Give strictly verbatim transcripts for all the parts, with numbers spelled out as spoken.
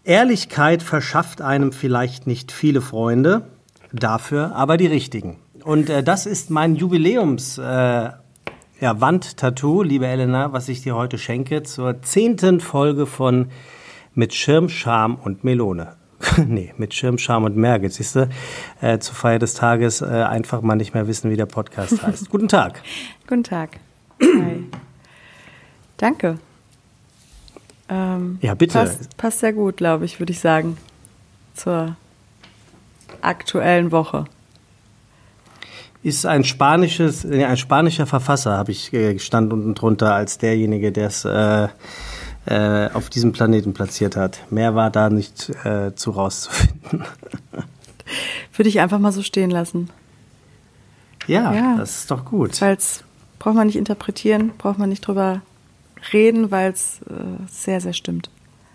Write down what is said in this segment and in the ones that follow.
Ehrlichkeit verschafft einem vielleicht nicht viele Freunde, dafür aber die richtigen. Und äh, das ist mein Jubiläums äh, ja, Wandtattoo, liebe Elena, was ich dir heute schenke, zur zehnten Folge von Mit Schirm, Charme und Melone. Nee, mit Schirm, Charme und Merge, siehst du, äh, zur Feier des Tages äh, einfach mal nicht mehr wissen, wie der Podcast heißt. Guten Tag. Guten Tag. Hi. Danke. Ähm, ja, bitte. Passt, passt sehr gut, glaube ich, würde ich sagen, zur aktuellen Woche. Ist ein spanisches, ein spanischer Verfasser, habe ich äh, stand unten drunter, als derjenige, der es äh, äh, auf diesem Planeten platziert hat. Mehr war da nicht äh, zu rauszufinden. Würde ich einfach mal so stehen lassen. Ja, ja, das ist doch gut. Weil es braucht man nicht interpretieren, braucht man nicht drüber reden, weil es äh, sehr, sehr stimmt.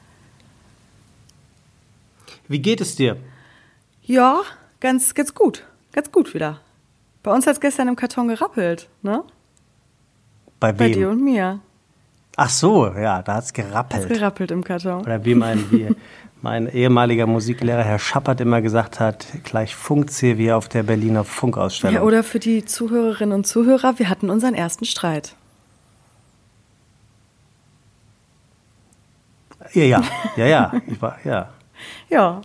Wie geht es dir? Ja, ganz, ganz gut. Ganz gut wieder. Bei uns hat es gestern im Karton gerappelt, ne? Bei wem? Bei dir und mir. Ach so, ja, da hat es gerappelt. Hat's gerappelt im Karton. Oder wie mein, wie mein ehemaliger Musiklehrer Herr Schappert immer gesagt hat, gleich funkt's hier wie auf der Berliner Funkausstellung. Ja, oder für die Zuhörerinnen und Zuhörer, wir hatten unseren ersten Streit. Ja, ja, ja, ja, ich war, ja. Ja.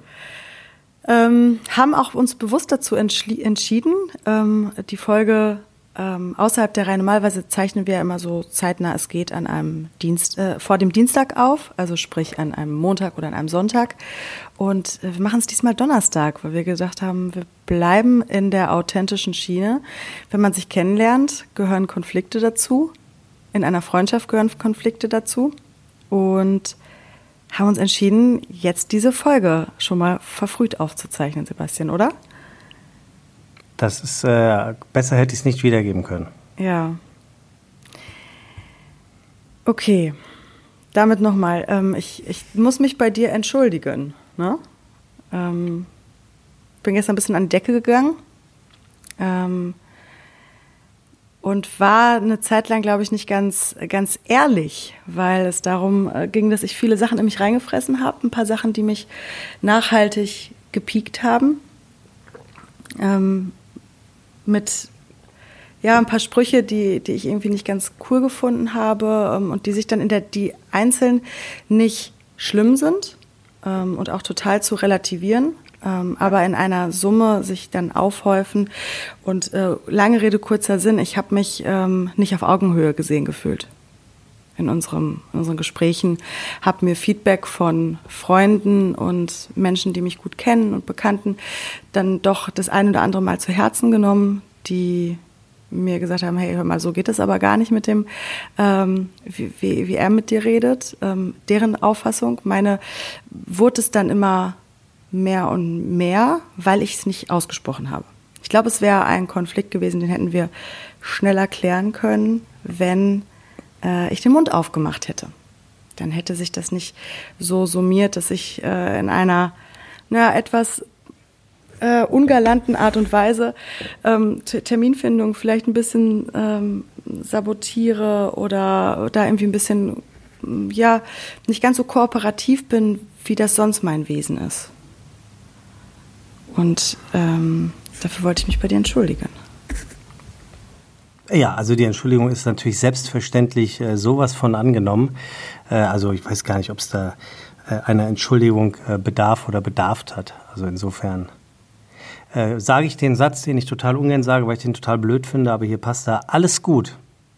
Ähm, haben auch uns bewusst dazu entschli- entschieden, ähm, die Folge ähm, außerhalb der Reihe. Normalerweise zeichnen wir ja immer so zeitnah es geht an einem Dienst, äh, vor dem Dienstag auf, also sprich an einem Montag oder an einem Sonntag. Und äh, wir machen es diesmal Donnerstag, weil wir gedacht haben, wir bleiben in der authentischen Schiene. Wenn man sich kennenlernt, gehören Konflikte dazu. In einer Freundschaft gehören Konflikte dazu. Und haben uns entschieden, jetzt diese Folge schon mal verfrüht aufzuzeichnen, Sebastian, oder? Das ist, äh, besser hätte ich es nicht wiedergeben können. Ja. Okay, damit nochmal. Ähm, ich, ich muss mich bei dir entschuldigen. Ne? Ähm, bin gestern ein bisschen an die Decke gegangen. Ähm, Und war eine Zeit lang, glaube ich, nicht ganz, ganz ehrlich, weil es darum ging, dass ich viele Sachen in mich reingefressen habe. Ein paar Sachen, die mich nachhaltig gepiekt haben. Ähm, mit ja, ein paar Sprüche, die, die ich irgendwie nicht ganz cool gefunden habe ähm, und die sich dann in der, die einzeln nicht schlimm sind ähm, und auch total zu relativieren. Ähm, aber in einer Summe sich dann aufhäufen. Und äh, lange Rede, kurzer Sinn, ich habe mich ähm, nicht auf Augenhöhe gesehen gefühlt in, unserem, in unseren Gesprächen, habe mir Feedback von Freunden und Menschen, die mich gut kennen und Bekannten, dann doch das ein oder andere Mal zu Herzen genommen, die mir gesagt haben, hey, hör mal, so geht es aber gar nicht mit dem, ähm, wie, wie, wie er mit dir redet, ähm, deren Auffassung. Meine wurde es dann immer mehr und mehr, weil ich es nicht ausgesprochen habe. Ich glaube, es wäre ein Konflikt gewesen, den hätten wir schneller klären können, wenn äh, ich den Mund aufgemacht hätte. Dann hätte sich das nicht so summiert, dass ich äh, in einer na, etwas äh, ungalanten Art und Weise ähm, T- Terminfindung vielleicht ein bisschen ähm, sabotiere oder da irgendwie ein bisschen, ja, nicht ganz so kooperativ bin, wie das sonst mein Wesen ist. Und ähm, dafür wollte ich mich bei dir entschuldigen. Ja, also die Entschuldigung ist natürlich selbstverständlich äh, sowas von angenommen. Äh, also ich weiß gar nicht, ob es da äh, einer Entschuldigung äh, bedarf oder bedarft hat. Also insofern äh, sage ich den Satz, den ich total ungern sage, weil ich den total blöd finde, aber hier passt da alles gut.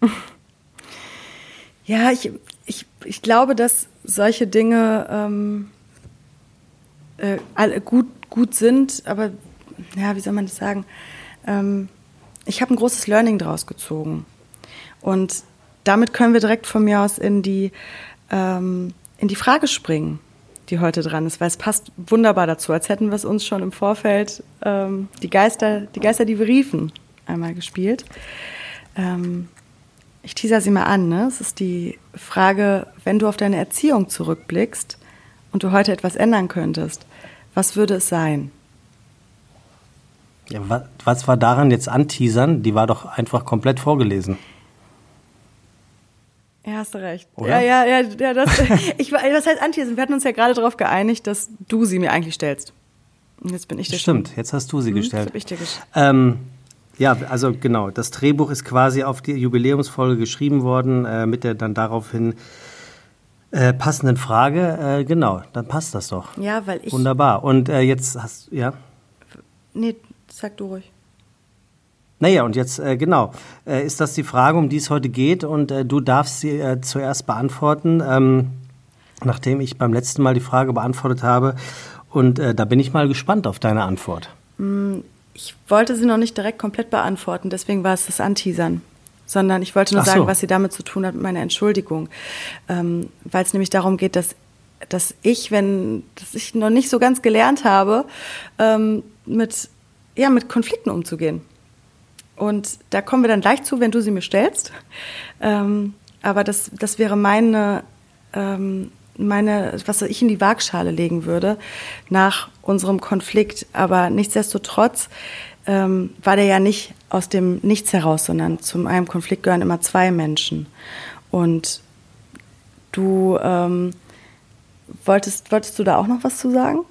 Ja, ich, ich, ich glaube, dass solche Dinge ähm, äh, alle gut gut sind, aber ja, wie soll man das sagen? Ähm, ich habe ein großes Learning draus gezogen und damit können wir direkt von mir aus in die ähm, in die Frage springen, die heute dran ist, weil es passt wunderbar dazu, als hätten wir es uns schon im Vorfeld ähm, die Geister, die Geister, die wir riefen, einmal gespielt. Ähm, ich teaser sie mal an, ne? Es ist die Frage, wenn du auf deine Erziehung zurückblickst und du heute etwas ändern könntest, was würde es sein? Ja, was, was war daran jetzt anteasern? Die war doch einfach komplett vorgelesen. Ja, hast du recht. Oder? Ja, ja, ja, ja das, ich, das heißt Anthesen. Wir hatten uns ja gerade darauf geeinigt, dass du sie mir eigentlich stellst. Und jetzt bin ich der Stimmt, jetzt hast du sie hm, gestellt. Das hab ich dir gestellt. Ähm, ja, also genau, das Drehbuch ist quasi auf die Jubiläumsfolge geschrieben worden, äh, mit der dann daraufhin äh, passenden Frage. Äh, genau, dann passt das doch. Ja, weil ich... Wunderbar. Und äh, jetzt hast du, ja? Nee, sag du ruhig. Naja, und jetzt, äh, genau, äh, ist das die Frage, um die es heute geht, und äh, du darfst sie äh, zuerst beantworten, ähm, nachdem ich beim letzten Mal die Frage beantwortet habe. Und äh, da bin ich mal gespannt auf deine Antwort. Ich wollte sie noch nicht direkt komplett beantworten, deswegen war es das Anteasern. Sondern ich wollte nur Ach so. sagen, was sie damit zu tun hat mit meiner Entschuldigung. Ähm, weil es nämlich darum geht, dass, dass ich, wenn dass ich noch nicht so ganz gelernt habe, ähm, mit, ja, mit Konflikten umzugehen. Und da kommen wir dann gleich zu, wenn du sie mir stellst. Ähm, aber das, das wäre meine, ähm, meine, was ich in die Waagschale legen würde nach unserem Konflikt. Aber nichtsdestotrotz ähm, war der ja nicht aus dem Nichts heraus, sondern zu einem Konflikt gehören immer zwei Menschen. Und du ähm, wolltest, wolltest du da auch noch was zu sagen?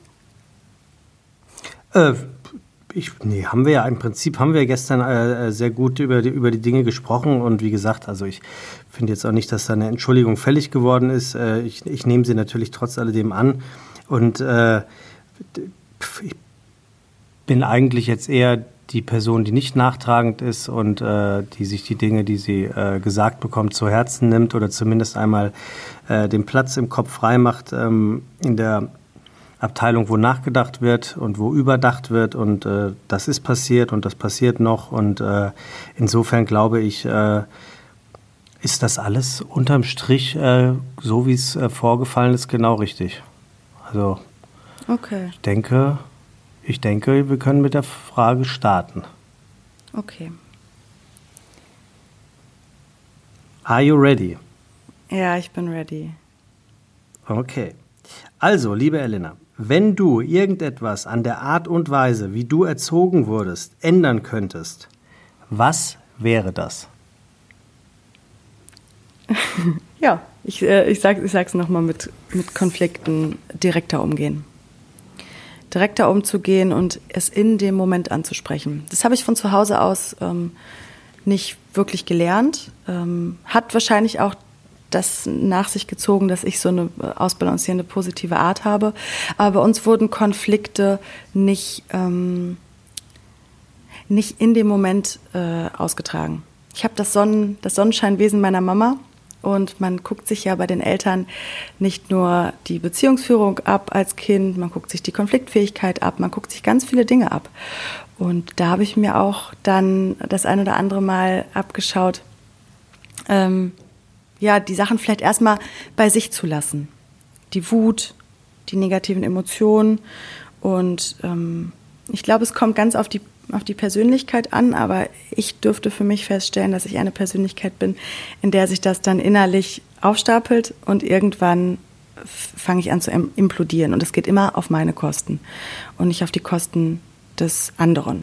Äh, ich, nee, haben wir ja, im Prinzip haben wir gestern äh, sehr gut über die, über die Dinge gesprochen, und wie gesagt, also ich finde jetzt auch nicht, dass da eine Entschuldigung fällig geworden ist. Äh, ich, ich nehme sie natürlich trotz alledem an, und äh, ich bin eigentlich jetzt eher die Person, die nicht nachtragend ist und äh, die sich die Dinge, die sie äh, gesagt bekommt, zu Herzen nimmt oder zumindest einmal äh, den Platz im Kopf frei macht ähm, in der Abteilung, wo nachgedacht wird und wo überdacht wird, und äh, das ist passiert und das passiert noch, und äh, insofern glaube ich, äh, ist das alles unterm Strich, äh, so wie es äh, vorgefallen ist, genau richtig. Also Okay. ich denke, ich denke, wir können mit der Frage starten. Okay. Are you ready? Ja, ich bin ready. Okay. Also, liebe Elena, wenn du irgendetwas an der Art und Weise, wie du erzogen wurdest, ändern könntest, was wäre das? Ja, ich, äh, ich, sag, ich sag's nochmal, mit, mit Konflikten direkter umgehen. Direkter umzugehen und es in dem Moment anzusprechen. Das habe ich von zu Hause aus ähm, nicht wirklich gelernt. Ähm, hat wahrscheinlich auch das nach sich gezogen, dass ich so eine ausbalancierende, positive Art habe. Aber bei uns wurden Konflikte nicht, ähm, nicht in dem Moment äh, ausgetragen. Ich habe das, Sonnen, das Sonnenscheinwesen meiner Mama. Und man guckt sich ja bei den Eltern nicht nur die Beziehungsführung ab als Kind, man guckt sich die Konfliktfähigkeit ab, man guckt sich ganz viele Dinge ab. Und da habe ich mir auch dann das ein oder andere Mal abgeschaut, ähm, ja, die Sachen vielleicht erstmal bei sich zu lassen. Die Wut, die negativen Emotionen. Und ähm, ich glaube, es kommt ganz auf die auf die Persönlichkeit an, aber ich dürfte für mich feststellen, dass ich eine Persönlichkeit bin, in der sich das dann innerlich aufstapelt und irgendwann fange ich an zu implodieren. Und es geht immer auf meine Kosten und nicht auf die Kosten des anderen.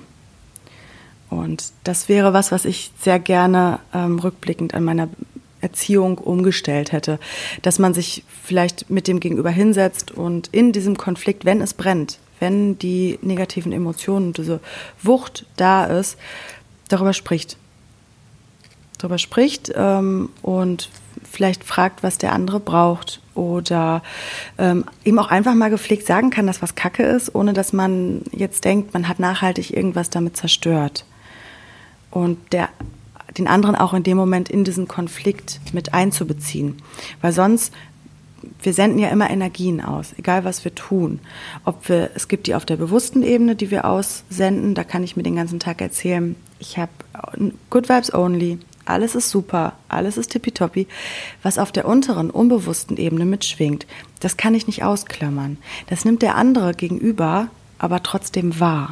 Und das wäre was, was ich sehr gerne ähm, rückblickend an meiner Erziehung umgestellt hätte, dass man sich vielleicht mit dem Gegenüber hinsetzt und in diesem Konflikt, wenn es brennt, wenn die negativen Emotionen, diese Wucht da ist, darüber spricht. Darüber spricht ähm, und vielleicht fragt, was der andere braucht, oder ähm, ihm auch einfach mal gepflegt sagen kann, dass was Kacke ist, ohne dass man jetzt denkt, man hat nachhaltig irgendwas damit zerstört. Und der, den anderen auch in dem Moment in diesen Konflikt mit einzubeziehen. Weil sonst, wir senden ja immer Energien aus, egal was wir tun. Ob wir, es gibt die auf der bewussten Ebene, die wir aussenden, da kann ich mir den ganzen Tag erzählen, ich habe Good Vibes Only, alles ist super, alles ist tippitoppi. Was auf der unteren, unbewussten Ebene mitschwingt, das kann ich nicht ausklammern. Das nimmt der andere gegenüber, aber trotzdem wahr.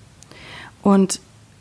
Und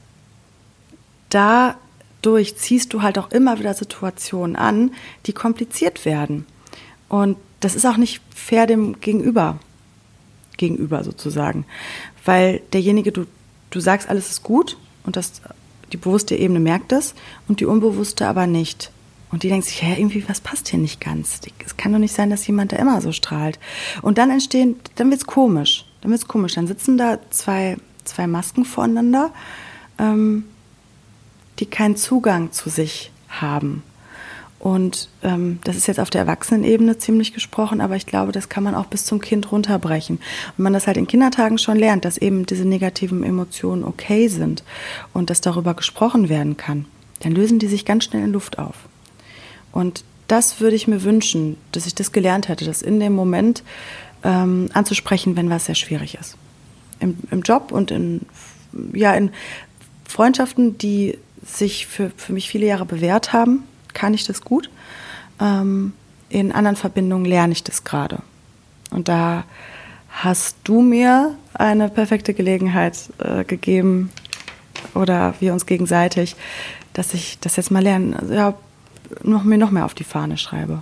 dadurch ziehst du halt auch immer wieder Situationen an, die kompliziert werden. Und das ist auch nicht fair dem Gegenüber, gegenüber sozusagen. Weil derjenige, du, du sagst, alles ist gut und das, die bewusste Ebene merkt das und die unbewusste aber nicht. Und die denkt sich, hä, irgendwie, was passt hier nicht ganz? Es kann doch nicht sein, dass jemand da immer so strahlt. Und dann entstehen, dann wird's komisch. Dann wird's komisch. Dann sitzen da zwei, zwei Masken voreinander, ähm, die keinen Zugang zu sich haben. Und ähm, das ist jetzt auf der Erwachsenenebene ziemlich gesprochen, aber ich glaube, das kann man auch bis zum Kind runterbrechen. Und man das halt in Kindertagen schon lernt, dass eben diese negativen Emotionen okay sind und dass darüber gesprochen werden kann, dann lösen die sich ganz schnell in Luft auf. Und das würde ich mir wünschen, dass ich das gelernt hätte, das in dem Moment ähm, anzusprechen, wenn was sehr schwierig ist. Im, im Job und in, ja, in Freundschaften, die sich für, für mich viele Jahre bewährt haben, kann ich das gut. Ähm, in anderen Verbindungen lerne ich das gerade. Und da hast du mir eine perfekte Gelegenheit äh, gegeben, oder wir uns gegenseitig, dass ich das jetzt mal lernen, also, ja, noch, mir noch mehr auf die Fahne schreibe.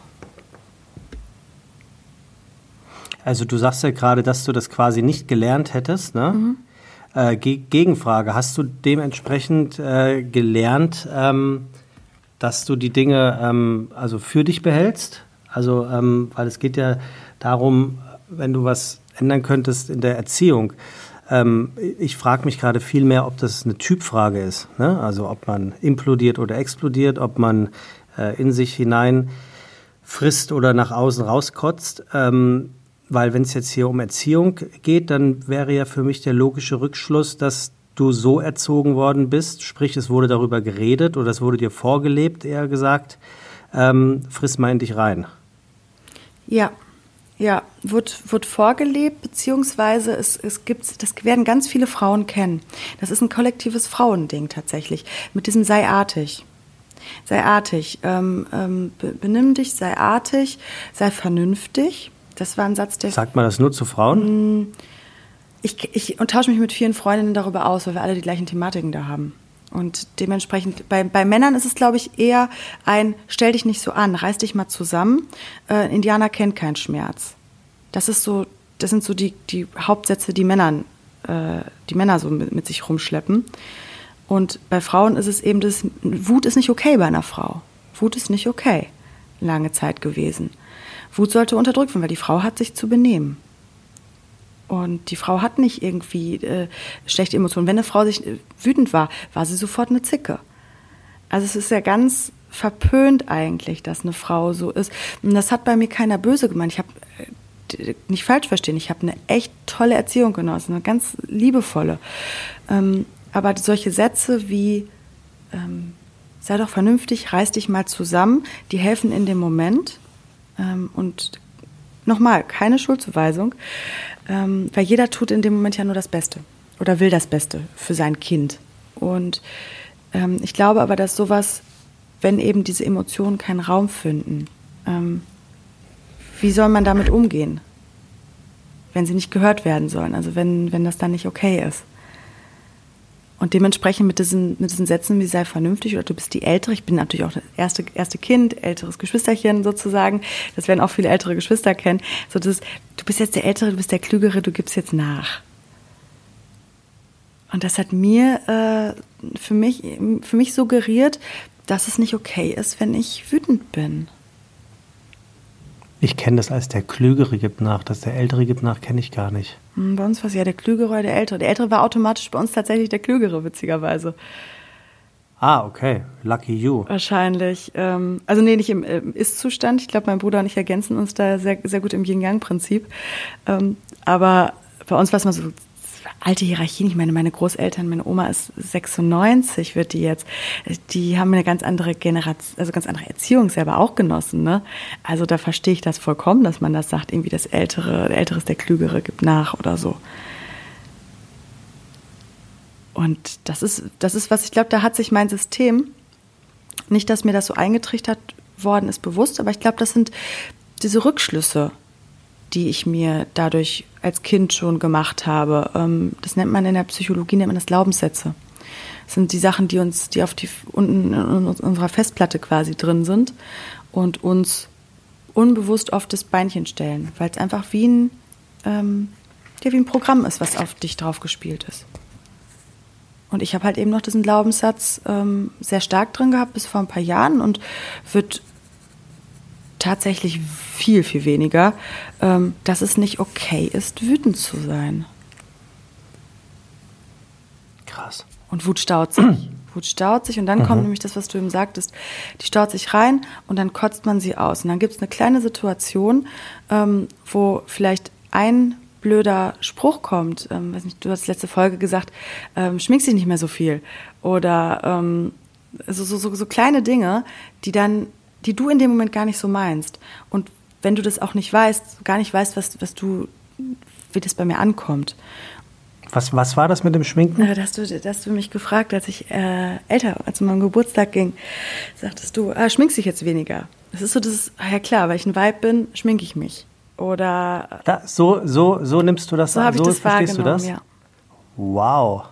Also du sagst ja gerade, dass du das quasi nicht gelernt hättest, ne? Mhm. Äh, Ge- Gegenfrage, hast du dementsprechend äh, gelernt, ähm, dass du die Dinge ähm, also für dich behältst? Also, ähm, weil es geht ja darum, wenn du was ändern könntest in der Erziehung. Ähm, ich frage mich gerade viel mehr, ob das eine Typfrage ist, ne? Also ob man implodiert oder explodiert, ob man äh, in sich hinein frisst oder nach außen rauskotzt. Ähm, weil wenn es jetzt hier um Erziehung geht, dann wäre ja für mich der logische Rückschluss, dass du so erzogen worden bist, sprich es wurde darüber geredet oder es wurde dir vorgelebt, eher gesagt, ähm, friss mal in dich rein. Ja, ja, wird, wird vorgelebt, beziehungsweise es, es gibt, das werden ganz viele Frauen kennen. Das ist ein kollektives Frauending tatsächlich, mit diesem sei artig. Sei artig, ähm, ähm, benimm dich, sei artig, sei vernünftig. Das war ein Satz, der... Sagt man das nur zu Frauen? Ich, ich tausche mich mit vielen Freundinnen darüber aus, weil wir alle die gleichen Thematiken da haben. Und dementsprechend, bei, bei Männern ist es, glaube ich, eher ein, stell dich nicht so an, reiß dich mal zusammen. Äh, Indianer kennt keinen Schmerz. Das ist so, das sind so die, die Hauptsätze, die Männern, äh, die Männer so mit, mit sich rumschleppen. Und bei Frauen ist es eben das, Wut ist nicht okay bei einer Frau. Wut ist nicht okay, lange Zeit gewesen. Wut sollte unterdrückt werden, weil die Frau hat sich zu benehmen. Und die Frau hat nicht irgendwie äh, schlechte Emotionen. Wenn eine Frau sich äh, wütend war, war sie sofort eine Zicke. Also es ist ja ganz verpönt eigentlich, dass eine Frau so ist. Und das hat bei mir keiner böse gemeint. Ich habe, äh, nicht falsch verstehen, ich habe eine echt tolle Erziehung genossen, eine ganz liebevolle. Ähm, aber solche Sätze wie, ähm, sei doch vernünftig, reiß dich mal zusammen, die helfen in dem Moment. Ähm, und nochmal, keine Schuldzuweisung, ähm, weil jeder tut in dem Moment ja nur das Beste oder will das Beste für sein Kind. Und ähm, ich glaube aber, dass sowas, wenn eben diese Emotionen keinen Raum finden, ähm, wie soll man damit umgehen, wenn sie nicht gehört werden sollen, also wenn, wenn das dann nicht okay ist. Und dementsprechend mit diesen, mit diesen Sätzen wie sei vernünftig oder du bist die Ältere, ich bin natürlich auch das erste, erste Kind, älteres Geschwisterchen sozusagen, das werden auch viele ältere Geschwister kennen, so das, du bist jetzt der Ältere, du bist der Klügere, du gibst jetzt nach. Und das hat mir äh, für mich, für mich suggeriert, dass es nicht okay ist, wenn ich wütend bin. Ich kenne das als der Klügere gibt nach, dass der Ältere gibt nach, kenne ich gar nicht. Bei uns war es ja der Klügere oder der Ältere. Der Ältere war automatisch bei uns tatsächlich der Klügere, witzigerweise. Ah, okay. Lucky you. Wahrscheinlich. Ähm, also nee, nicht im, im Ist-Zustand. Ich glaube, mein Bruder und ich ergänzen uns da sehr, sehr gut im Yin-Yang-Prinzip. Ähm, aber bei uns war es mal so alte Hierarchien. Ich meine, meine Großeltern, meine Oma ist sechsundneunzig, wird die jetzt. Die haben eine ganz andere Generation, also ganz andere Erziehung selber auch genossen, ne? Also da verstehe ich das vollkommen, dass man das sagt, irgendwie das Ältere, der Ältere ist der Klügere, gibt nach oder so. Und das ist, das ist was, ich glaube, da hat sich mein System, nicht, dass mir das so eingetrichtert worden ist, bewusst, aber ich glaube, das sind diese Rückschlüsse, die ich mir dadurch als Kind schon gemacht habe. Das nennt man in der Psychologie, nennt man das Glaubenssätze. Das sind die Sachen, die uns, die auf die, unten in unserer Festplatte quasi drin sind und uns unbewusst auf das Beinchen stellen, weil es einfach wie ein, ähm, ja, wie ein Programm ist, was auf dich drauf gespielt ist. Und ich habe halt eben noch diesen Glaubenssatz ähm, sehr stark drin gehabt bis vor ein paar Jahren und wird tatsächlich viel, viel weniger, ähm, dass es nicht okay ist, wütend zu sein. Krass. Und Wut staut sich. Wut staut sich und dann mhm. kommt nämlich das, was du eben sagtest, die staut sich rein und dann kotzt man sie aus. Und dann gibt es eine kleine Situation, ähm, wo vielleicht ein blöder Spruch kommt, ähm, weiß nicht, du hast letzte Folge gesagt, ähm, schminkst dich nicht mehr so viel oder ähm, so, so, so, so kleine Dinge, die dann, die du in dem Moment gar nicht so meinst. Und wenn du das auch nicht weißt, gar nicht weißt, was, was du, wie das bei mir ankommt. Was, was war das mit dem Schminken? Äh, dass du, dass du mich gefragt, als ich äh, älter, als es um meinen Geburtstag ging, sagtest du, ah, schminkst dich jetzt weniger. Das ist so, das ist, ja klar, weil ich ein Weib bin, schminke ich mich. Oder da, so, so, so nimmst du das so an? So das verstehst du das? Ja. Wow.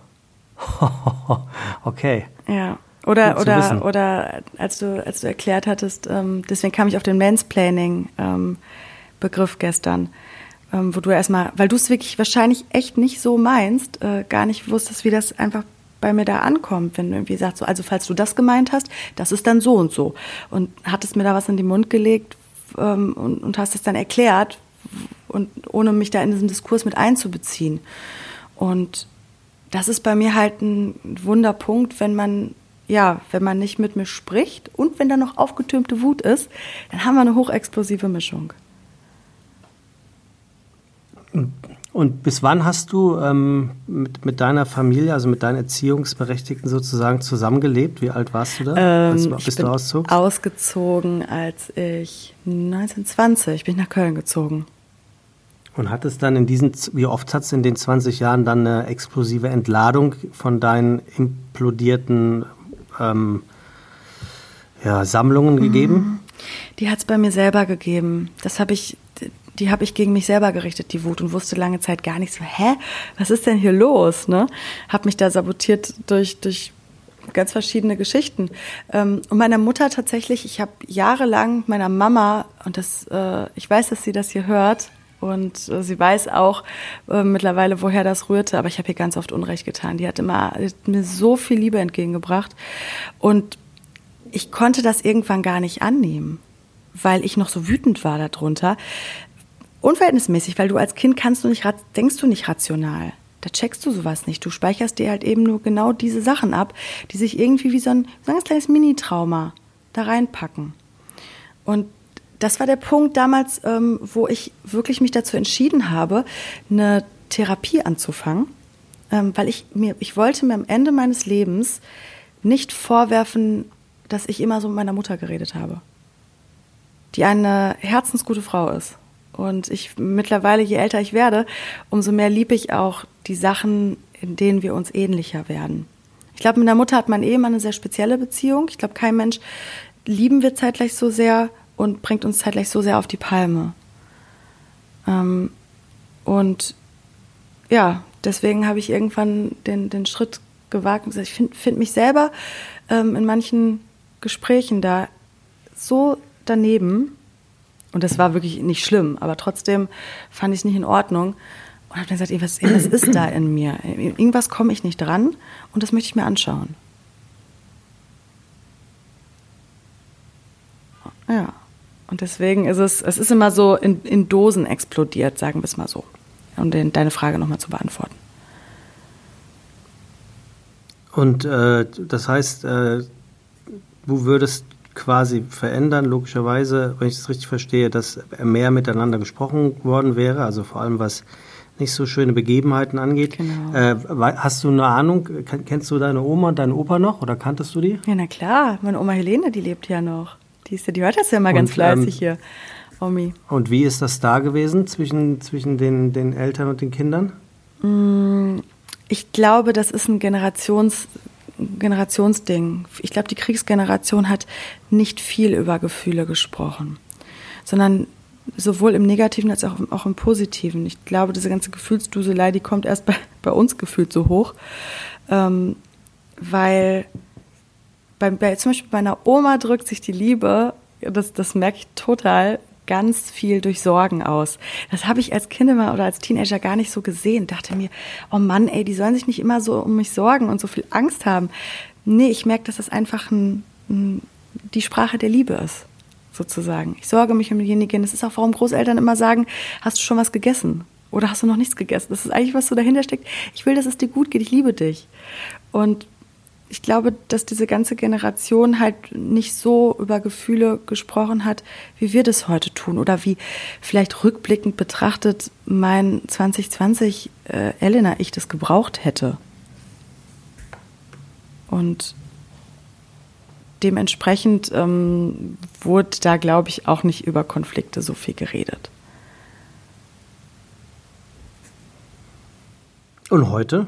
Okay. Ja. Oder, oder, oder als du, als du erklärt hattest, ähm, deswegen kam ich auf den Mansplaining-Begriff ähm, gestern, ähm, wo du erstmal, weil du es wirklich wahrscheinlich echt nicht so meinst, äh, gar nicht wusstest, wie das einfach bei mir da ankommt, wenn du irgendwie sagst, so, also falls du das gemeint hast, das ist dann so und so. Und hattest mir da was in den Mund gelegt, und, und hast es dann erklärt, und ohne mich da in diesen Diskurs mit einzubeziehen. Und das ist bei mir halt ein Wunderpunkt, wenn man, ja, wenn man nicht mit mir spricht und wenn da noch aufgetürmte Wut ist, dann haben wir eine hochexplosive Mischung. Und bis wann hast du ähm, mit, mit deiner Familie, also mit deinen Erziehungsberechtigten sozusagen zusammengelebt? Wie alt warst du da, ähm, als, bis ich bin du auszogst? Ausgezogen, als ich neunzehn, zwanzig, bin ich nach Köln gezogen. Und hat es dann in diesen, wie oft hat es in den zwanzig Jahren dann eine explosive Entladung von deinen implodierten ähm, ja, Sammlungen gegeben? Die hat es bei mir selber gegeben. Das habe ich... Die habe ich gegen mich selber gerichtet, die Wut, und wusste lange Zeit gar nicht so, hä, was ist denn hier los? Ne? Habe mich da sabotiert durch, durch ganz verschiedene Geschichten. Ähm, und meiner Mutter tatsächlich, ich habe jahrelang meiner Mama, und das, äh, ich weiß, dass sie das hier hört, und äh, sie weiß auch äh, mittlerweile, woher das rührte, aber ich habe ihr ganz oft Unrecht getan. Die hat immer die hat mir so viel Liebe entgegengebracht. Und ich konnte das irgendwann gar nicht annehmen, weil ich noch so wütend war darunter. Unverhältnismäßig, weil du als Kind kannst du nicht, denkst du nicht rational. Da checkst du sowas nicht. Du speicherst dir halt eben nur genau diese Sachen ab, die sich irgendwie wie so ein, so ein ganz kleines Mini-Trauma da reinpacken. Und das war der Punkt damals, ähm, wo ich wirklich mich dazu entschieden habe, eine Therapie anzufangen, ähm, weil ich mir, ich wollte mir am Ende meines Lebens nicht vorwerfen, dass ich immer so mit meiner Mutter geredet habe, die eine herzensgute Frau ist. Und ich mittlerweile, je älter ich werde, umso mehr liebe ich auch die Sachen, in denen wir uns ähnlicher werden. Ich glaube, mit der Mutter hat man eh immer eine sehr spezielle Beziehung. Ich glaube, kein Mensch lieben wir zeitgleich so sehr und bringt uns zeitgleich so sehr auf die Palme. Ähm, und ja, deswegen habe ich irgendwann den, den Schritt gewagt und gesagt, ich finde find mich selber ähm, in manchen Gesprächen da so daneben. Und das war wirklich nicht schlimm, aber trotzdem fand ich es nicht in Ordnung. Und habe dann gesagt, ey, was, ey, was ist da in mir? Irgendwas komme ich nicht dran und das möchte ich mir anschauen. Ja, und deswegen ist es, es ist immer so in, in Dosen explodiert, sagen wir es mal so, um den, deine Frage nochmal zu beantworten. Und äh, das heißt, äh, du würdest quasi verändern, logischerweise, wenn ich das richtig verstehe, dass mehr miteinander gesprochen worden wäre, also vor allem was nicht so schöne Begebenheiten angeht. Genau. Äh, hast du eine Ahnung, kennst du deine Oma und deinen Opa noch oder kanntest du die? Ja, na klar, meine Oma Helene, die lebt ja noch. Die, ist ja, die hört das ja immer und, ganz fleißig ähm, hier, Omi. Und wie ist das da gewesen zwischen, zwischen den, den Eltern und den Kindern? Ich glaube, das ist ein Generations Generationsding. Ich glaube, die Kriegsgeneration hat nicht viel über Gefühle gesprochen, sondern sowohl im Negativen als auch, auch im Positiven. Ich glaube, diese ganze Gefühlsduselei, die kommt erst bei, bei uns gefühlt so hoch, ähm, weil bei, bei, zum Beispiel bei meiner Oma drückt sich die Liebe, das, das merke ich total, ganz viel durch Sorgen aus. Das habe ich als Kind immer oder als Teenager gar nicht so gesehen. Dachte mir, oh Mann, ey, die sollen sich nicht immer so um mich sorgen und so viel Angst haben. Nee, ich merke, dass das einfach ein, ein, die Sprache der Liebe ist, sozusagen. Ich sorge mich um diejenigen. Das ist auch, warum Großeltern immer sagen, hast du schon was gegessen? Oder hast du noch nichts gegessen? Das ist eigentlich, was so dahinter steckt. Ich will, dass es dir gut geht. Ich liebe dich. Und ich glaube, dass diese ganze Generation halt nicht so über Gefühle gesprochen hat, wie wir das heute tun. Oder wie vielleicht rückblickend betrachtet mein zwanzig zwanzig äh, Elena ich das gebraucht hätte. Und dementsprechend ähm, wurde da, glaube ich, auch nicht über Konflikte so viel geredet. Und heute?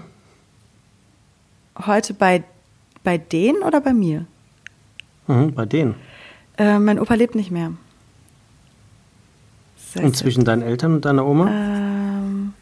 Heute bei Bei denen oder bei mir? Mhm, bei denen. Äh, mein Opa lebt nicht mehr. Das heißt, und zwischen deinen Eltern und deiner Oma? Ähm,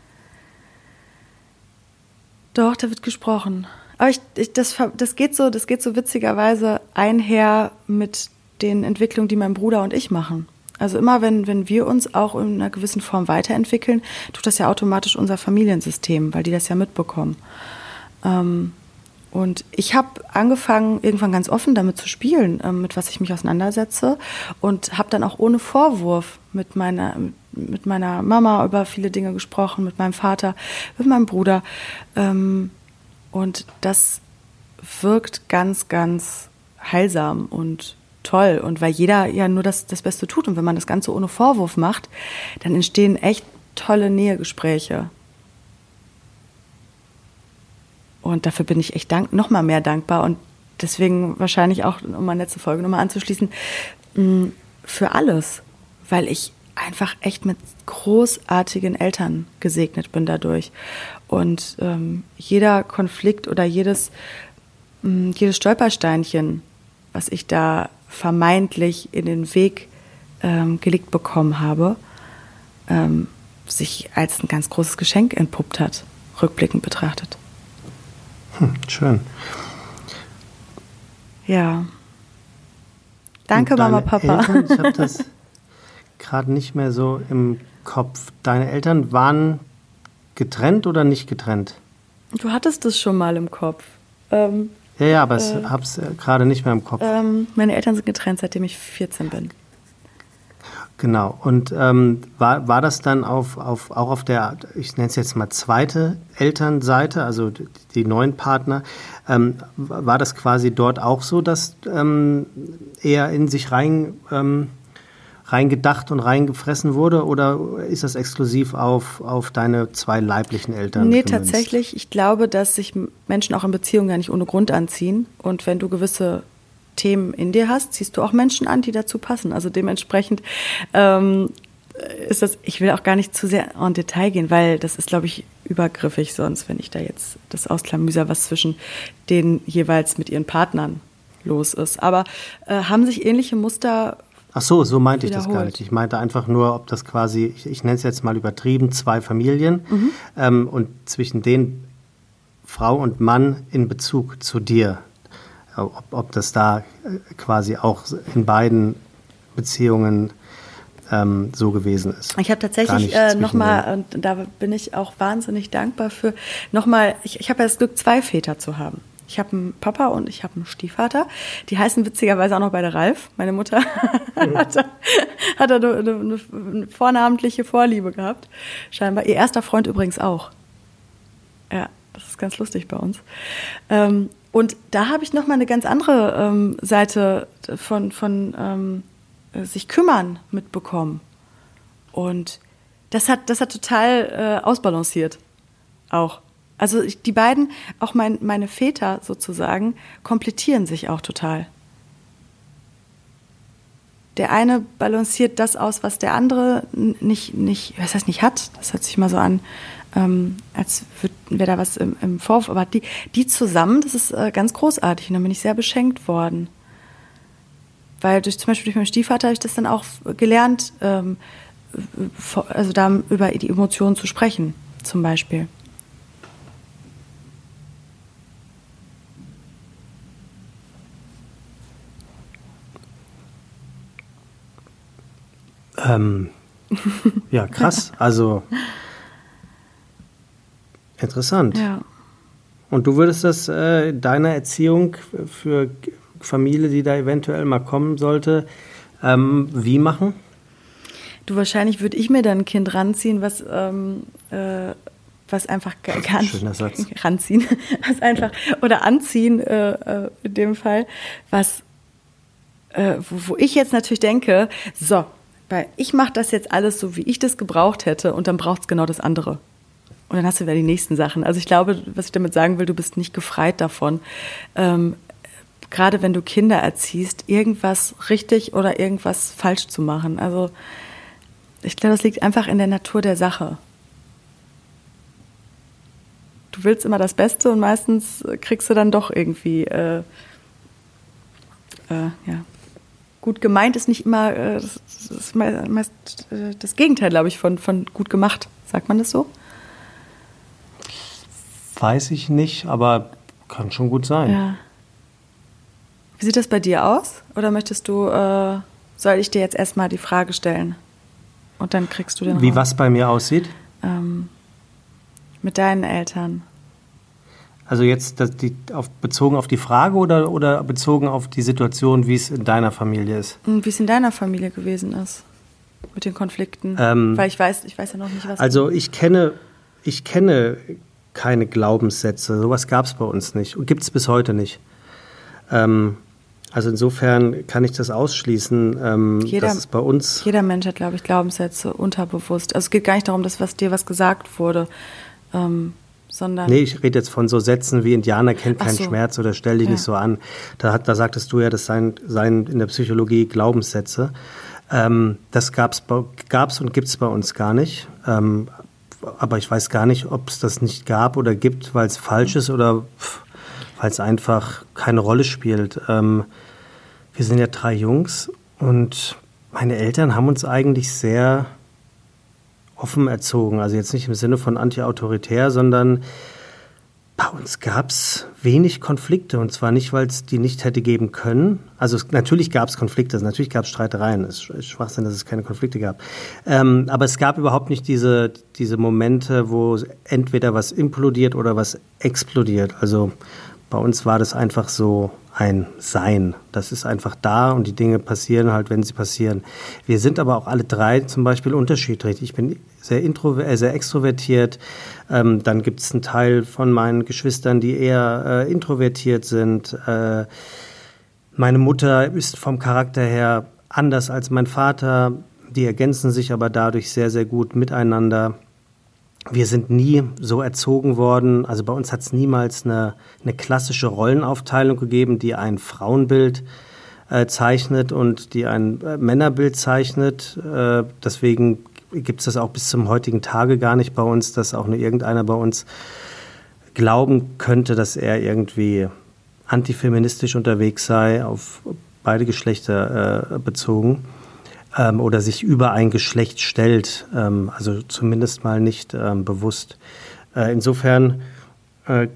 doch, da wird gesprochen. Aber ich, ich, das, das, geht so, das geht so witzigerweise einher mit den Entwicklungen, die mein Bruder und ich machen. Also immer, wenn, wenn wir uns auch in einer gewissen Form weiterentwickeln, tut das ja automatisch unser Familiensystem, weil die das ja mitbekommen. Ähm, Und ich habe angefangen, irgendwann ganz offen damit zu spielen, ähm, mit was ich mich auseinandersetze. Und habe dann auch ohne Vorwurf mit meiner, mit meiner Mama über viele Dinge gesprochen, mit meinem Vater, mit meinem Bruder. Ähm, und das wirkt ganz, ganz heilsam und toll. Und weil jeder ja nur das, das Beste tut. Und wenn man das Ganze ohne Vorwurf macht, dann entstehen echt tolle Nähegespräche. Und dafür bin ich echt dank, noch mal mehr dankbar und deswegen wahrscheinlich auch, um meine letzte Folge nochmal anzuschließen, für alles, weil ich einfach echt mit großartigen Eltern gesegnet bin dadurch. Und ähm, jeder Konflikt oder jedes, mh, jedes Stolpersteinchen, was ich da vermeintlich in den Weg ähm, gelegt bekommen habe, ähm, sich als ein ganz großes Geschenk entpuppt hat, rückblickend betrachtet. Hm, schön. Ja. Danke, Mama, Papa. Eltern, ich habe das gerade nicht mehr so im Kopf. Deine Eltern waren getrennt oder nicht getrennt? Du hattest das schon mal im Kopf. Ähm, ja, ja, aber ich äh, habe es gerade nicht mehr im Kopf. Ähm, meine Eltern sind getrennt, seitdem ich vierzehn bin. Genau. Und ähm, war, war das dann auf, auf, auch auf der, ich nenne es jetzt mal zweite Elternseite, also die, die neuen Partner, ähm, war das quasi dort auch so, dass ähm, er in sich rein, ähm, reingedacht und reingefressen wurde, oder ist das exklusiv auf, auf deine zwei leiblichen Eltern Nee, gemünzt? Tatsächlich. Ich glaube, dass sich Menschen auch in Beziehungen ja nicht ohne Grund anziehen. Und wenn du gewisse Themen in dir hast, ziehst du auch Menschen an, die dazu passen. Also dementsprechend ähm, ist das, ich will auch gar nicht zu sehr en Detail gehen, weil das ist, glaube ich, übergriffig sonst, wenn ich da jetzt das ausklamüser, was zwischen denen jeweils mit ihren Partnern los ist. Aber äh, haben sich ähnliche Muster Ach so, so meinte ich das wiederholt. gar nicht. Ich meinte einfach nur, ob das quasi, ich, ich nenne es jetzt mal übertrieben, zwei Familien mhm. ähm, und zwischen denen Frau und Mann in Bezug zu dir. Ob, ob das da quasi auch in beiden Beziehungen ähm, so gewesen ist. Ich habe tatsächlich äh, nochmal, und da bin ich auch wahnsinnig dankbar für, nochmal, ich, ich habe ja das Glück, zwei Väter zu haben. Ich habe einen Papa und ich habe einen Stiefvater. Die heißen witzigerweise auch noch beide Ralf. Meine Mutter mhm. hat, da, hat da eine, eine, eine vornamentliche Vorliebe gehabt, scheinbar. Ihr erster Freund übrigens auch. Ja, das ist ganz lustig bei uns. Ähm, Und da habe ich noch mal eine ganz andere ähm, Seite von, von ähm, sich kümmern mitbekommen. Und das hat, das hat total äh, ausbalanciert auch. Also ich, die beiden, auch mein, meine Väter sozusagen, komplettieren sich auch total. Der eine balanciert das aus, was der andere nicht, nicht, was heißt nicht hat. Das hört sich mal so an, ähm, als wäre da was im, im Vorwurf. Aber die, die zusammen, das ist äh, ganz großartig. Und da bin ich sehr beschenkt worden. Weil durch, zum Beispiel durch meinen Stiefvater habe ich das dann auch gelernt, ähm, also da über die Emotionen zu sprechen, zum Beispiel. Ähm, ja, krass. Also interessant. Ja. Und du würdest das äh, deiner Erziehung für Familie, die da eventuell mal kommen sollte, ähm, wie machen? Du, wahrscheinlich würde ich mir dann ein Kind ranziehen, was, ähm, äh, was einfach gar gar nicht Schöner Satz. ranziehen, was einfach, oder anziehen äh, äh, in dem Fall, was, äh, wo, wo ich jetzt natürlich denke, so, weil ich mache das jetzt alles so, wie ich das gebraucht hätte und dann braucht es genau das andere. Und dann hast du wieder die nächsten Sachen. Also ich glaube, was ich damit sagen will, du bist nicht gefreit davon, ähm, gerade wenn du Kinder erziehst, irgendwas richtig oder irgendwas falsch zu machen. Also ich glaube, das liegt einfach in der Natur der Sache. Du willst immer das Beste und meistens kriegst du dann doch irgendwie, äh, äh, ja, gut gemeint ist nicht immer, äh, das ist meist äh, das Gegenteil, glaube ich, von, von gut gemacht. Sagt man das so? Weiß ich nicht, aber kann schon gut sein. Ja. Wie sieht das bei dir aus? Oder möchtest du, äh, soll ich dir jetzt erstmal die Frage stellen? Und dann kriegst du den Wie Raum. was bei mir aussieht? Ähm, mit deinen Eltern. Also jetzt das, die, auf, bezogen auf die Frage oder, oder bezogen auf die Situation, wie es in deiner Familie ist? Und wie es in deiner Familie gewesen ist. Mit den Konflikten. Ähm, Weil ich weiß, ich weiß ja noch nicht, was... Also ich kenne, ich kenne keine Glaubenssätze. Sowas gab es bei uns nicht und gibt es bis heute nicht. Ähm, also insofern kann ich das ausschließen, ähm, Jeder- dass es bei uns... Jeder Mensch hat, glaube ich, Glaubenssätze unterbewusst. Also es geht gar nicht darum, dass was, dir was gesagt wurde, ähm, sondern... Nee, ich rede jetzt von so Sätzen wie Indianer kennt Ach keinen so. Schmerz oder stell dich Ja. nicht so an. Da, hat, da sagtest du ja, das seien, seien in der Psychologie Glaubenssätze. Ähm, das gab's, bei- gab's und gibt es bei uns gar nicht. Ähm, aber ich weiß gar nicht, ob es das nicht gab oder gibt, weil es falsch ist oder weil es einfach keine Rolle spielt. Ähm, wir sind ja drei Jungs und meine Eltern haben uns eigentlich sehr offen erzogen. Also jetzt nicht im Sinne von anti-autoritär, sondern bei uns gab es wenig Konflikte. Und zwar nicht, weil es die nicht hätte geben können. Also es, natürlich gab es Konflikte, natürlich gab es Streitereien. Es ist Schwachsinn, dass es keine Konflikte gab. Ähm, aber es gab überhaupt nicht diese, diese Momente, wo entweder was implodiert oder was explodiert. Also bei uns war das einfach so ein Sein. Das ist einfach da und die Dinge passieren halt, wenn sie passieren. Wir sind aber auch alle drei zum Beispiel unterschiedlich. Ich bin sehr, intro, äh, sehr extrovertiert. Ähm, dann gibt es einen Teil von meinen Geschwistern, die eher äh, introvertiert sind. Äh, meine Mutter ist vom Charakter her anders als mein Vater. Die ergänzen sich aber dadurch sehr, sehr gut miteinander. Wir sind nie so erzogen worden, also bei uns hat es niemals eine, eine klassische Rollenaufteilung gegeben, die ein Frauenbild äh, zeichnet und die ein äh, Männerbild zeichnet. Äh, deswegen gibt es das auch bis zum heutigen Tage gar nicht bei uns, dass auch nur irgendeiner bei uns glauben könnte, dass er irgendwie antifeministisch unterwegs sei, auf beide Geschlechter äh, bezogen. Ähm, oder sich über ein Geschlecht stellt, ähm, also zumindest mal nicht ähm, bewusst. Äh, insofern äh,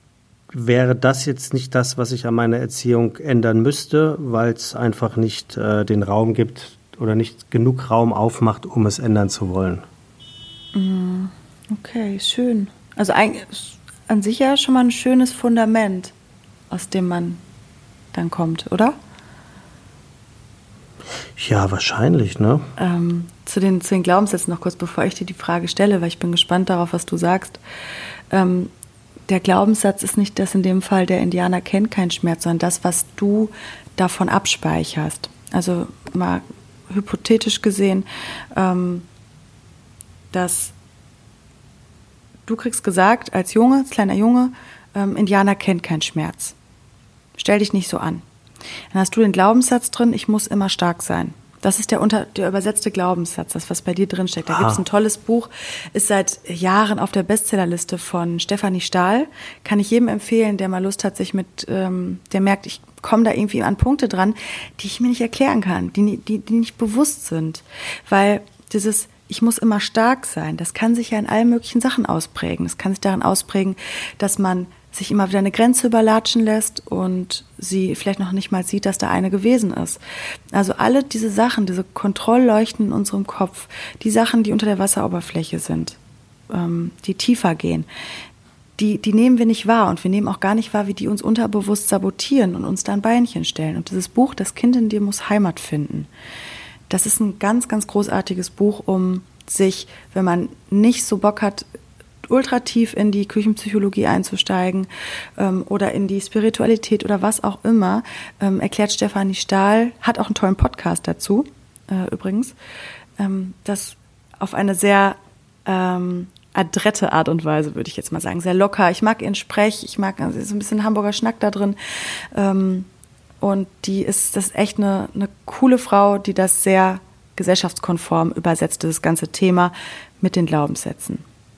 wäre das jetzt nicht das, was ich an meiner Erziehung ändern müsste, weil es einfach nicht äh, den Raum gibt oder nicht genug Raum aufmacht, um es ändern zu wollen. Okay, schön. Also eigentlich an sich ja schon mal ein schönes Fundament, aus dem man dann kommt, oder? Ja, wahrscheinlich, ne? Ähm, zu, den, zu den Glaubenssätzen noch kurz, bevor ich dir die Frage stelle, weil ich bin gespannt darauf, was du sagst. Ähm, der Glaubenssatz ist nicht das in dem Fall, der Indianer kennt keinen Schmerz, sondern das, was du davon abspeicherst. Also mal hypothetisch gesehen, ähm, dass du kriegst gesagt, als Junge, als kleiner Junge, ähm, Indianer kennt keinen Schmerz. Stell dich nicht so an. Dann hast du den Glaubenssatz drin, ich muss immer stark sein. Das ist der, unter, der übersetzte Glaubenssatz, das, was bei dir drin steckt. Da gibt es ein tolles Buch, ist seit Jahren auf der Bestsellerliste von Stefanie Stahl. Kann ich jedem empfehlen, der mal Lust hat, sich mit, ähm, der merkt, ich komme da irgendwie an Punkte dran, die ich mir nicht erklären kann, die, die, die nicht bewusst sind. Weil dieses ich muss immer stark sein, das kann sich ja in allen möglichen Sachen ausprägen. Das kann sich darin ausprägen, dass man sich immer wieder eine Grenze überlatschen lässt und sie vielleicht noch nicht mal sieht, dass da eine gewesen ist. Also alle diese Sachen, diese Kontrollleuchten in unserem Kopf, die Sachen, die unter der Wasseroberfläche sind, ähm, die tiefer gehen, die, die nehmen wir nicht wahr und wir nehmen auch gar nicht wahr, wie die uns unterbewusst sabotieren und uns da ein Beinchen stellen. Und dieses Buch, Das Kind in dir muss Heimat finden, das ist ein ganz, ganz großartiges Buch, um sich, wenn man nicht so Bock hat, ultra tief in die Küchenpsychologie einzusteigen ähm, oder in die Spiritualität oder was auch immer, ähm, erklärt Stefanie Stahl, hat auch einen tollen Podcast dazu, äh, übrigens, ähm, das auf eine sehr ähm, adrette Art und Weise, würde ich jetzt mal sagen, sehr locker. Ich mag ihren Sprech, ich mag, also so ein bisschen Hamburger Schnack da drin, ähm, und die ist, das ist echt eine, eine coole Frau, die das sehr gesellschaftskonform übersetzt, das ganze Thema mit den Glaubenssätzen.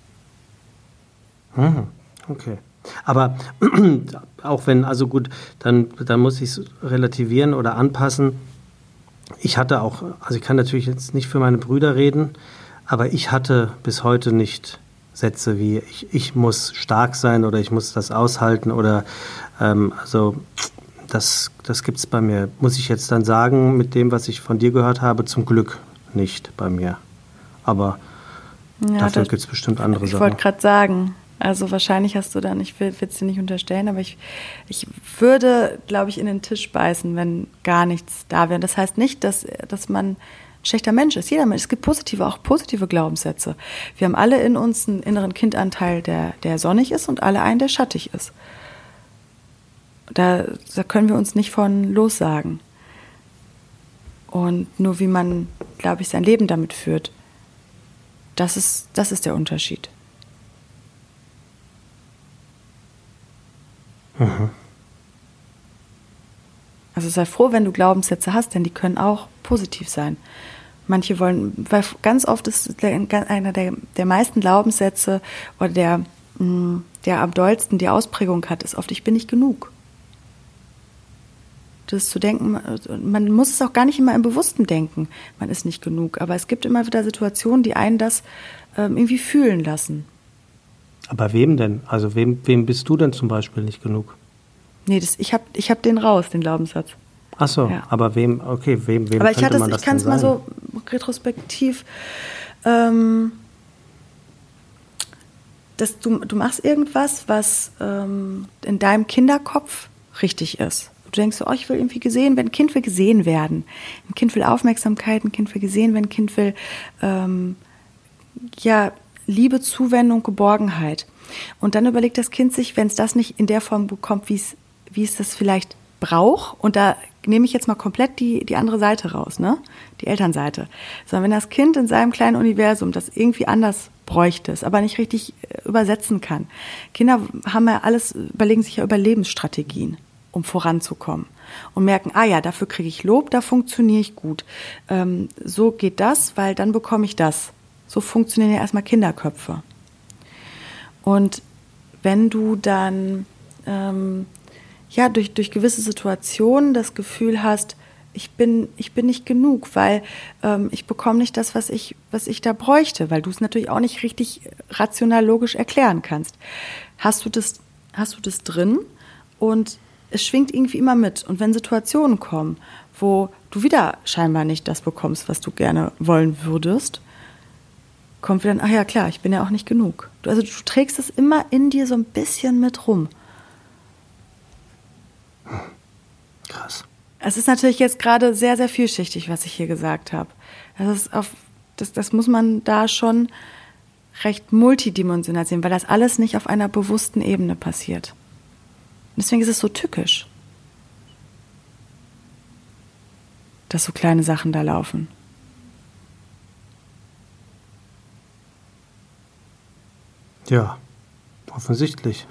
Okay. Aber auch wenn, also gut, dann, dann muss ich es relativieren oder anpassen. Ich hatte auch, also ich kann natürlich jetzt nicht für meine Brüder reden, aber ich hatte bis heute nicht Sätze wie ich, ich muss stark sein oder ich muss das aushalten oder ähm, also das, das gibt es bei mir, muss ich jetzt dann sagen, mit dem, was ich von dir gehört habe, zum Glück nicht bei mir. Aber ja, dafür gibt es bestimmt andere ich Sachen. Ich wollte gerade sagen, also wahrscheinlich hast du dann, ich will es dir nicht unterstellen, aber ich, ich würde, glaube ich, in den Tisch beißen, wenn gar nichts da wäre. Das heißt nicht, dass, dass man ein schlechter Mensch ist. Jeder Mensch, es gibt positive, auch positive Glaubenssätze. Wir haben alle in uns einen inneren Kindanteil, der, der sonnig ist und alle einen, der schattig ist. Da, da können wir uns nicht von lossagen. Und nur wie man, glaube ich, sein Leben damit führt, das ist, das ist der Unterschied. Mhm. Also sei froh, wenn du Glaubenssätze hast, denn die können auch positiv sein. Manche wollen, weil ganz oft ist der, einer der, der meisten Glaubenssätze oder der, der am dollsten die Ausprägung hat, ist oft, ich bin nicht genug. Das zu denken, man muss es auch gar nicht immer im Bewussten denken, man ist nicht genug. Aber es gibt immer wieder Situationen, die einen das ähm, irgendwie fühlen lassen. Aber wem denn? Also wem, wem bist du denn zum Beispiel nicht genug? Nee, das, ich habe ich hab den raus, den Glaubenssatz. Ach so, ja. Aber wem, okay, wem, wem aber ich könnte hatte, man das ich kann es mal so retrospektiv, ähm, dass du, du machst irgendwas, was ähm, in deinem Kinderkopf richtig ist. Du denkst so, oh, ich will irgendwie gesehen werden. Ein Kind will gesehen werden. Ein Kind will Aufmerksamkeit, ein Kind will gesehen werden, ein Kind will ähm, ja, Liebe, Zuwendung, Geborgenheit. Und dann überlegt das Kind sich, wenn es das nicht in der Form bekommt, wie es, wie es das vielleicht braucht, und da nehme ich jetzt mal komplett die, die andere Seite raus, ne? Die Elternseite. Sondern wenn das Kind in seinem kleinen Universum das irgendwie anders bräuchte, es aber nicht richtig übersetzen kann. Kinder haben ja alles, überlegen sich ja Überlebensstrategien, um voranzukommen. Und merken, ah ja, dafür kriege ich Lob, da funktioniere ich gut. Ähm, so geht das, weil dann bekomme ich das. So funktionieren ja erstmal Kinderköpfe. Und wenn du dann ähm, ja durch, durch gewisse Situationen das Gefühl hast, ich bin, ich bin nicht genug, weil ähm, ich bekomme nicht das, was ich, was ich da bräuchte, weil du es natürlich auch nicht richtig rational logisch erklären kannst. Hast du das, hast du das drin und es schwingt irgendwie immer mit. Und wenn Situationen kommen, wo du wieder scheinbar nicht das bekommst, was du gerne wollen würdest, kommt wieder, ach ja klar, ich bin ja auch nicht genug. Du, also du trägst es immer in dir so ein bisschen mit rum. Krass. Es ist natürlich jetzt gerade sehr, sehr vielschichtig, was ich hier gesagt habe. Das ist auf, das, das muss man da schon recht multidimensional sehen, weil das alles nicht auf einer bewussten Ebene passiert. Deswegen ist es so tückisch, dass so kleine Sachen da laufen. Ja, offensichtlich.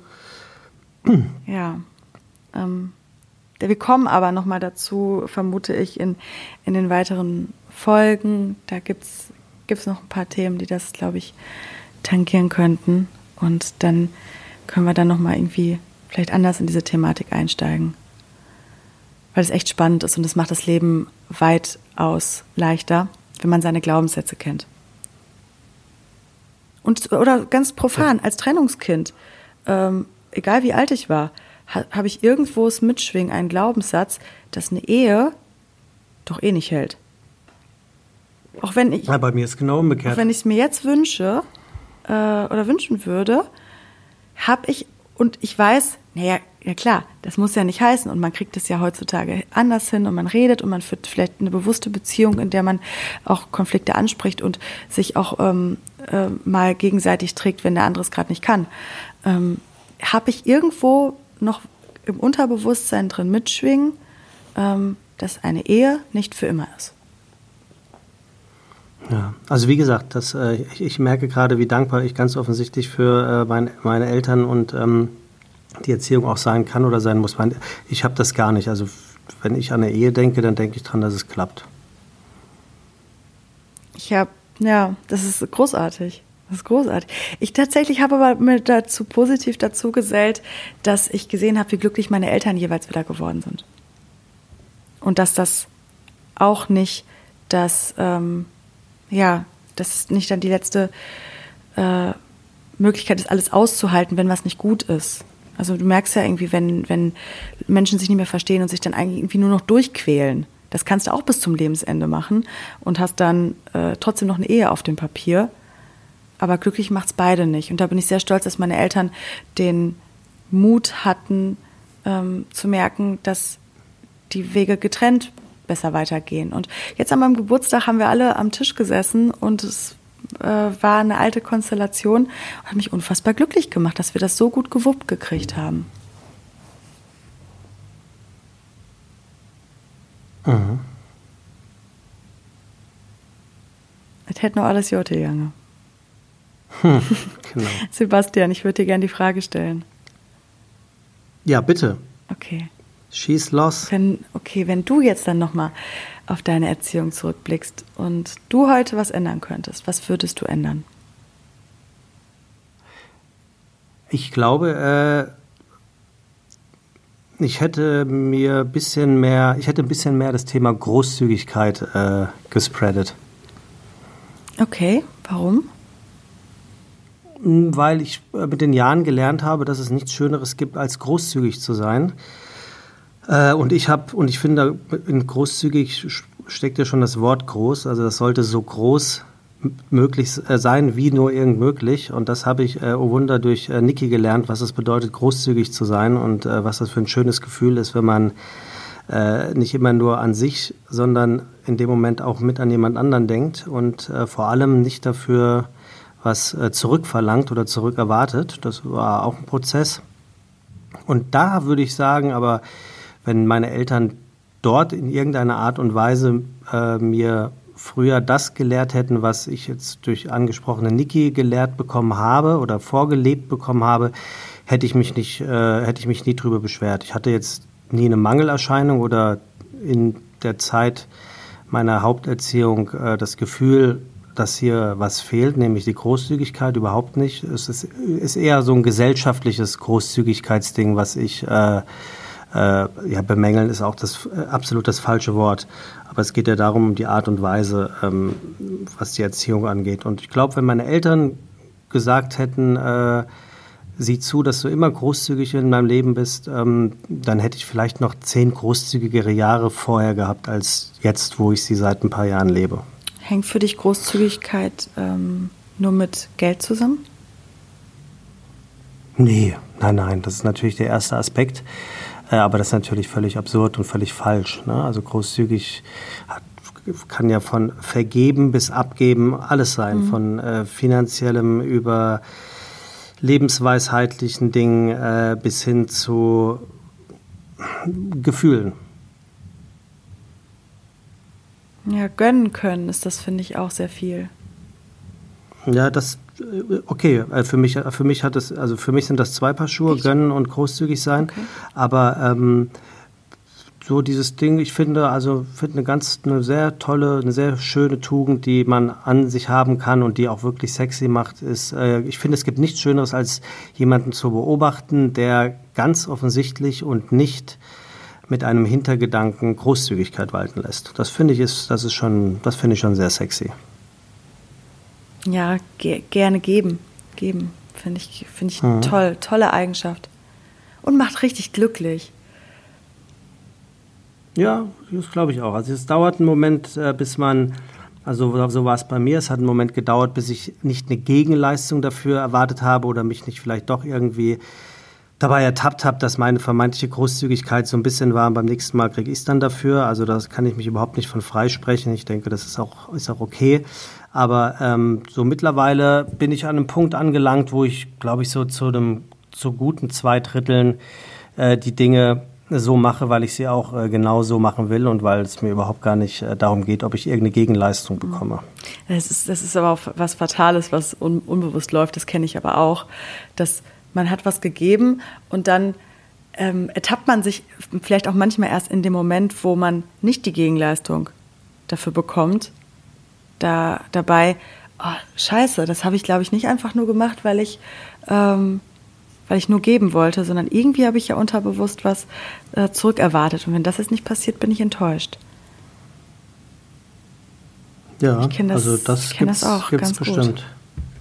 Ja, ähm, wir kommen aber nochmal dazu, vermute ich, in, in den weiteren Folgen. Da gibt es noch ein paar Themen, die das, glaube ich, tangieren könnten. Und dann können wir dann nochmal irgendwie vielleicht anders in diese Thematik einsteigen. Weil es echt spannend ist und es macht das Leben weitaus leichter, wenn man seine Glaubenssätze kennt. Und, oder ganz profan, als Trennungskind, ähm, egal wie alt ich war, ha, habe ich irgendwo es mitschwingen, einen Glaubenssatz, dass eine Ehe doch eh nicht hält. Auch wenn ich, ja, bei mir ist genau umgekehrt. Auch wenn ich es mir jetzt wünsche äh, oder wünschen würde, habe ich, und ich weiß, naja, ja klar, das muss ja nicht heißen und man kriegt es ja heutzutage anders hin und man redet und man führt vielleicht eine bewusste Beziehung, in der man auch Konflikte anspricht und sich auch ähm, äh, mal gegenseitig trägt, wenn der andere es gerade nicht kann. Ähm, habe ich irgendwo noch im Unterbewusstsein drin mitschwingen, ähm, dass eine Ehe nicht für immer ist. Ja, also wie gesagt, das, äh, ich, ich merke gerade, wie dankbar ich ganz offensichtlich für äh, mein, meine Eltern und ähm, die Erziehung auch sein kann oder sein muss. Ich habe das gar nicht. Also wenn ich an eine Ehe denke, dann denke ich dran, dass es klappt. Ich habe, ja, das ist großartig. Das ist großartig. Ich tatsächlich habe aber mir dazu positiv dazu gesellt, dass ich gesehen habe, wie glücklich meine Eltern jeweils wieder geworden sind. Und dass das auch nicht das, ähm, ja, das ist nicht dann die letzte äh, Möglichkeit ist, alles auszuhalten, wenn was nicht gut ist. Also du merkst ja irgendwie, wenn, wenn Menschen sich nicht mehr verstehen und sich dann eigentlich irgendwie nur noch durchquälen. Das kannst du auch bis zum Lebensende machen und hast dann äh, trotzdem noch eine Ehe auf dem Papier. Aber glücklich macht's beide nicht. Und da bin ich sehr stolz, dass meine Eltern den Mut hatten, ähm, zu merken, dass die Wege getrennt besser weitergehen. Und jetzt an meinem Geburtstag haben wir alle am Tisch gesessen und es äh, war eine alte Konstellation und hat mich unfassbar glücklich gemacht, dass wir das so gut gewuppt gekriegt haben. Mhm. Es hätte noch alles gut gegangen. Hm, genau. Sebastian, ich würde dir gerne die Frage stellen. Ja, bitte. Okay. Schieß los. Wenn, okay, wenn du jetzt dann nochmal auf deine Erziehung zurückblickst und du heute was ändern könntest, was würdest du ändern? Ich glaube, äh, ich hätte mir ein bisschen mehr, ich hätte ein bisschen mehr das Thema Großzügigkeit äh, gespreadet. Okay, warum? Weil ich mit den Jahren gelernt habe, dass es nichts Schöneres gibt, als großzügig zu sein. Und ich habe, und ich finde, in großzügig steckt ja schon das Wort groß. Also das sollte so groß möglich sein, wie nur irgend möglich. Und das habe ich, oh Wunder, durch Niki gelernt, was es bedeutet, großzügig zu sein und was das für ein schönes Gefühl ist, wenn man nicht immer nur an sich, sondern in dem Moment auch mit an jemand anderen denkt und vor allem nicht dafür was äh, zurückverlangt oder zurückerwartet. Das war auch ein Prozess. Und da würde ich sagen, aber wenn meine Eltern dort in irgendeiner Art und Weise äh, mir früher das gelehrt hätten, was ich jetzt durch angesprochene Niki gelehrt bekommen habe oder vorgelebt bekommen habe, hätte ich mich nicht, äh, hätte ich mich nie drüber beschwert. Ich hatte jetzt nie eine Mangelerscheinung oder in der Zeit meiner Haupterziehung äh, das Gefühl, dass hier was fehlt, nämlich die Großzügigkeit, überhaupt nicht. Es ist, ist eher so ein gesellschaftliches Großzügigkeitsding, was ich äh, äh, ja, bemängeln, ist auch das äh, absolut das falsche Wort. Aber es geht ja darum, um die Art und Weise, ähm, was die Erziehung angeht. Und ich glaube, wenn meine Eltern gesagt hätten, äh, sieh zu, dass du immer großzügig in meinem Leben bist, ähm, dann hätte ich vielleicht noch zehn großzügigere Jahre vorher gehabt, als jetzt, wo ich sie seit ein paar Jahren lebe. Hängt für dich Großzügigkeit ähm, nur mit Geld zusammen? Nee, nein, nein, das ist natürlich der erste Aspekt, äh, aber das ist natürlich völlig absurd und völlig falsch. Ne? Also großzügig hat, kann ja von vergeben bis abgeben alles sein, mhm. von äh, finanziellem über lebensweisheitlichen Dingen äh, bis hin zu Gefühlen. Ja, gönnen können ist das, finde ich, auch sehr viel. Ja, das, okay, für mich, für mich hat es, also für mich sind das zwei Paar Schuhe, Echt? Gönnen und großzügig sein. Okay. Aber ähm, so dieses Ding, ich finde, also finde eine ganz, eine sehr tolle, eine sehr schöne Tugend, die man an sich haben kann und die auch wirklich sexy macht, ist, äh, ich finde, es gibt nichts Schöneres, als jemanden zu beobachten, der ganz offensichtlich und nicht mit einem Hintergedanken Großzügigkeit walten lässt. Das finde ich ist, das ist schon, das finde ich schon sehr sexy. Ja, ge- gerne geben. Geben, finde ich, finde ich mhm. toll, tolle Eigenschaft. Und macht richtig glücklich. Ja, das glaube ich auch. Also es dauert einen Moment, bis man, also so war es bei mir, es hat einen Moment gedauert, bis ich nicht eine Gegenleistung dafür erwartet habe oder mich nicht vielleicht doch irgendwie dabei ertappt habe, dass meine vermeintliche Großzügigkeit so ein bisschen war. Und beim nächsten Mal kriege ich es dann dafür. Also da kann ich mich überhaupt nicht von freisprechen. Ich denke, das ist auch, ist auch okay. Aber ähm, so mittlerweile bin ich an einem Punkt angelangt, wo ich, glaube ich, so zu einem zu guten zwei Dritteln äh, die Dinge so mache, weil ich sie auch äh, genau so machen will und weil es mir überhaupt gar nicht äh, darum geht, ob ich irgendeine Gegenleistung bekomme. Das ist, das ist aber auch was Fatales, was un, unbewusst läuft, das kenne ich aber auch, dass man hat was gegeben und dann ähm, ertappt man sich vielleicht auch manchmal erst in dem Moment, wo man nicht die Gegenleistung dafür bekommt, da dabei, oh, scheiße, das habe ich, glaube ich, nicht einfach nur gemacht, weil ich ähm, weil ich nur geben wollte, sondern irgendwie habe ich ja unterbewusst was äh, zurückerwartet. Und wenn das jetzt nicht passiert, bin ich enttäuscht. Ja, ich kenn das, also das ich kenn gibt's, das auch gibt's ganz bestimmt. gut.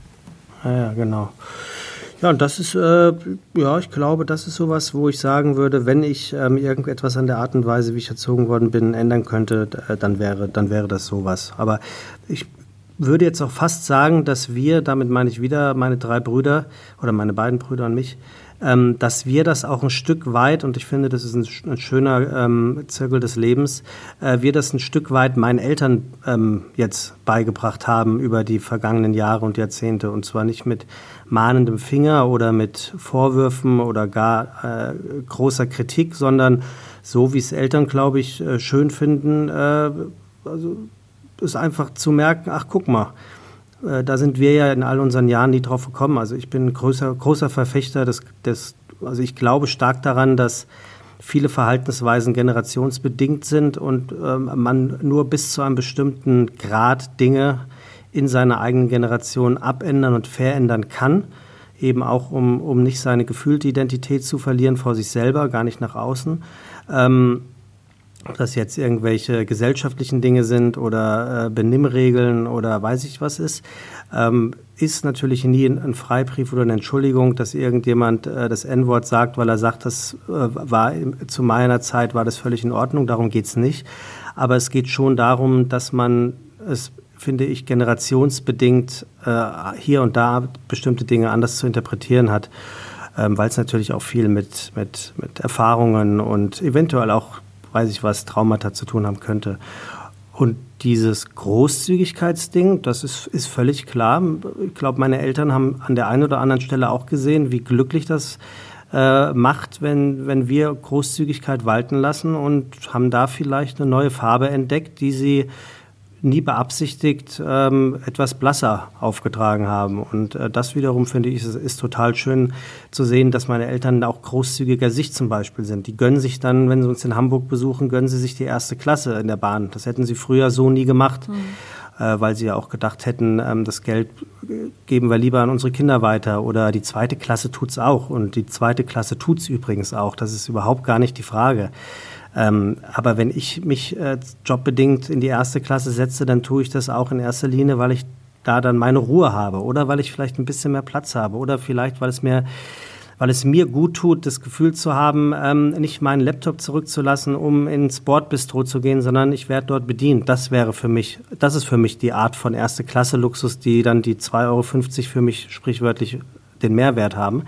Ja, ja, genau. Ja, und das ist, äh, ja, ich glaube, das ist sowas, wo ich sagen würde, wenn ich ähm, irgendetwas an der Art und Weise, wie ich erzogen worden bin, ändern könnte, äh, dann wäre, dann wäre das sowas. Aber ich würde jetzt auch fast sagen, dass wir, damit meine ich wieder meine drei Brüder oder meine beiden Brüder und mich, ähm, dass wir das auch ein Stück weit, und ich finde, das ist ein, ein schöner ähm, Zirkel des Lebens, äh, wir das ein Stück weit meinen Eltern ähm, jetzt beigebracht haben über die vergangenen Jahre und Jahrzehnte. Und zwar nicht mit mahnendem Finger oder mit Vorwürfen oder gar äh, großer Kritik, sondern so, wie es Eltern, glaube ich, äh, schön finden, äh, also ist einfach zu merken, ach guck mal, äh, da sind wir ja in all unseren Jahren nie drauf gekommen. Also ich bin großer, großer Verfechter des, des, also ich glaube stark daran, dass viele Verhaltensweisen generationsbedingt sind und ähm, man nur bis zu einem bestimmten Grad Dinge in seiner eigenen Generation abändern und verändern kann, eben auch um, um nicht seine gefühlte Identität zu verlieren vor sich selber, gar nicht nach außen. Ähm, Ob das jetzt irgendwelche gesellschaftlichen Dinge sind oder äh, Benimmregeln oder weiß ich was ist, ähm, ist natürlich nie ein, ein Freibrief oder eine Entschuldigung, dass irgendjemand äh, das En-Wort sagt, weil er sagt, das äh, war zu meiner Zeit war das völlig in Ordnung, darum geht's nicht. Aber es geht schon darum, dass man es, finde ich, generationsbedingt äh, hier und da bestimmte Dinge anders zu interpretieren hat, ähm, weil es natürlich auch viel mit, mit, mit Erfahrungen und eventuell auch weiß ich was, Traumata zu tun haben könnte. Und dieses Großzügigkeitsding, das ist, ist völlig klar. Ich glaube, meine Eltern haben an der einen oder anderen Stelle auch gesehen, wie glücklich das äh, macht, wenn, wenn wir Großzügigkeit walten lassen und haben da vielleicht eine neue Farbe entdeckt, die sie nie beabsichtigt ähm, etwas blasser aufgetragen haben. Und äh, das wiederum, finde ich, ist, ist total schön zu sehen, dass meine Eltern auch großzügiger Sicht zum Beispiel sind. Die gönnen sich dann, wenn sie uns in Hamburg besuchen, gönnen sie sich die erste Klasse in der Bahn. Das hätten sie früher so nie gemacht, mhm. äh, weil sie ja auch gedacht hätten, ähm, das Geld geben wir lieber an unsere Kinder weiter. Oder die zweite Klasse tut's auch. Und die zweite Klasse tut's übrigens auch. Das ist überhaupt gar nicht die Frage. Ähm, aber wenn ich mich äh, jobbedingt in die erste Klasse setze, dann tue ich das auch in erster Linie, weil ich da dann meine Ruhe habe oder weil ich vielleicht ein bisschen mehr Platz habe oder vielleicht, weil es mir, weil es mir gut tut, das Gefühl zu haben, ähm, nicht meinen Laptop zurückzulassen, um ins Bordbistro zu gehen, sondern ich werde dort bedient. Das wäre für mich, das ist für mich die Art von erste Klasse Luxus, die dann die zwei Euro fünfzig für mich sprichwörtlich den Mehrwert haben.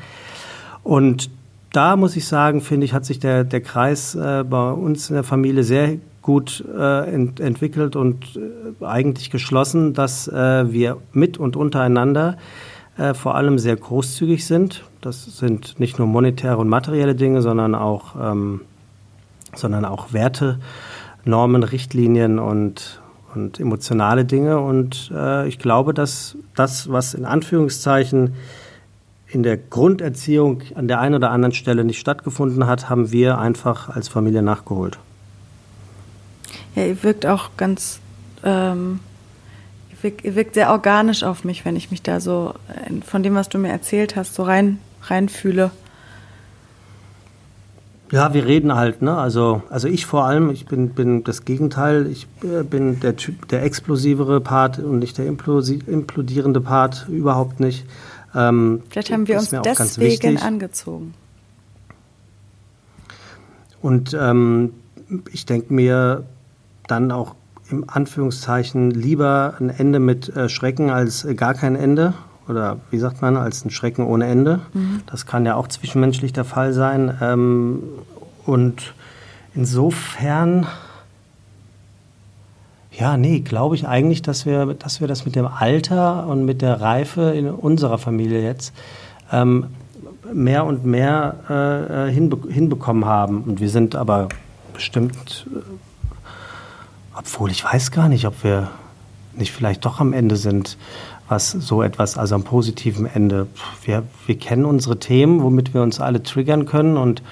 Und da muss ich sagen, finde ich, hat sich der, der Kreis äh, bei uns in der Familie sehr gut äh, ent, entwickelt und äh, eigentlich geschlossen, dass äh, wir mit und untereinander äh, vor allem sehr großzügig sind. Das sind nicht nur monetäre und materielle Dinge, sondern auch, ähm, sondern auch Werte, Normen, Richtlinien und, und emotionale Dinge. Und äh, ich glaube, dass das, was in Anführungszeichen in der Grunderziehung an der einen oder anderen Stelle nicht stattgefunden hat, haben wir einfach als Familie nachgeholt. Ja, ihr wirkt auch ganz, ähm, ihr, wirkt, ihr wirkt sehr organisch auf mich, wenn ich mich da so von dem, was du mir erzählt hast, so rein, rein fühle. Ja, wir reden halt, ne? Also, also ich vor allem, ich bin, bin das Gegenteil. Ich äh, bin der Typ, der explosivere Part und nicht der implosi- implodierende Part, überhaupt nicht. Ähm, Vielleicht haben wir uns deswegen angezogen. Und ähm, ich denke mir dann auch im Anführungszeichen lieber ein Ende mit äh, Schrecken als äh, gar kein Ende. Oder wie sagt man, als ein Schrecken ohne Ende. Mhm. Das kann ja auch zwischenmenschlich der Fall sein. Ähm, und insofern, ja, nee, glaube ich eigentlich, dass wir, dass wir das mit dem Alter und mit der Reife in unserer Familie jetzt ähm, mehr und mehr äh, hinbe- hinbekommen haben. Und wir sind aber bestimmt, äh, obwohl ich weiß gar nicht, ob wir nicht vielleicht doch am Ende sind, was so etwas, also am positiven Ende. Wir, wir kennen unsere Themen, womit wir uns alle triggern können und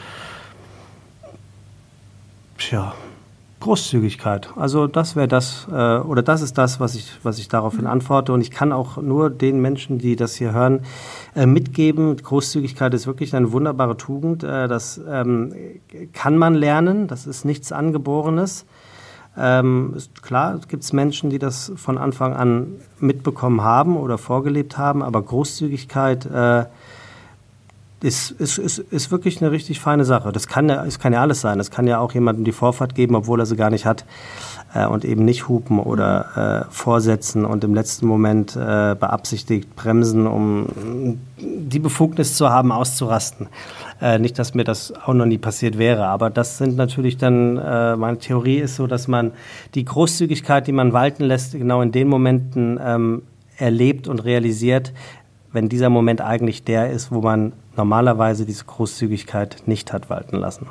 tja, Großzügigkeit. Also das wäre das, äh, oder das ist das, was ich, was ich daraufhin antworte. Und ich kann auch nur den Menschen, die das hier hören, äh, mitgeben. Großzügigkeit ist wirklich eine wunderbare Tugend. Äh, das ähm, kann man lernen. Das ist nichts Angeborenes. Ähm, ist klar, es gibt Menschen, die das von Anfang an mitbekommen haben oder vorgelebt haben, aber Großzügigkeit äh, ist, ist, ist, ist wirklich eine richtig feine Sache. Das kann ja, es kann ja alles sein. Es kann ja auch jemandem die Vorfahrt geben, obwohl er sie gar nicht hat, äh, und eben nicht hupen oder äh, vorsetzen und im letzten Moment äh, beabsichtigt bremsen, um die Befugnis zu haben, auszurasten. Äh, nicht, dass mir das auch noch nie passiert wäre, aber das sind natürlich dann, äh, meine Theorie ist so, dass man die Großzügigkeit, die man walten lässt, genau in den Momenten ähm, erlebt und realisiert, wenn dieser Moment eigentlich der ist, wo man normalerweise diese Großzügigkeit nicht hat walten lassen.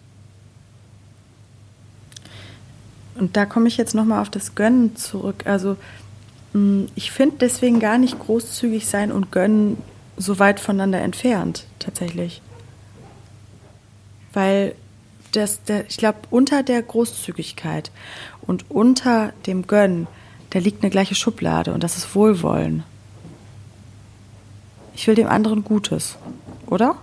Und da komme ich jetzt nochmal auf das Gönnen zurück. Also ich finde deswegen gar nicht großzügig sein und Gönnen so weit voneinander entfernt, tatsächlich. Weil das, der, ich glaube, unter der Großzügigkeit und unter dem Gönnen, da liegt eine gleiche Schublade und das ist Wohlwollen. Ich will dem anderen Gutes, oder?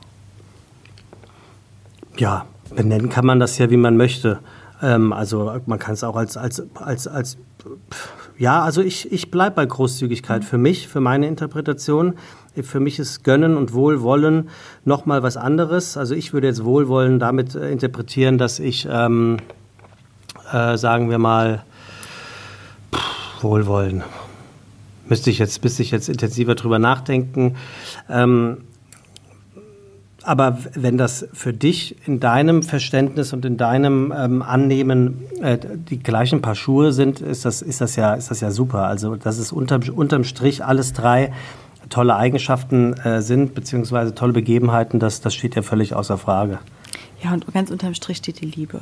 Ja, benennen kann man das ja, wie man möchte. Ähm, also man kann es auch als, als, als, als ja, also ich, ich bleibe bei Großzügigkeit für mich, für meine Interpretation. Für mich ist Gönnen und Wohlwollen nochmal was anderes. Also ich würde jetzt Wohlwollen damit äh, interpretieren, dass ich, ähm, äh, sagen wir mal, pff, Wohlwollen. Müsste ich jetzt, müsste ich jetzt intensiver drüber nachdenken. Ähm, aber wenn das für dich in deinem Verständnis und in deinem ähm, Annehmen äh, die gleichen Paar Schuhe sind, ist das, ist das ja, ist das ja super. Also das ist unterm, unterm Strich alles drei tolle Eigenschaften äh, sind, beziehungsweise tolle Begebenheiten, das, das steht ja völlig außer Frage. Ja, und ganz unterm Strich steht die Liebe.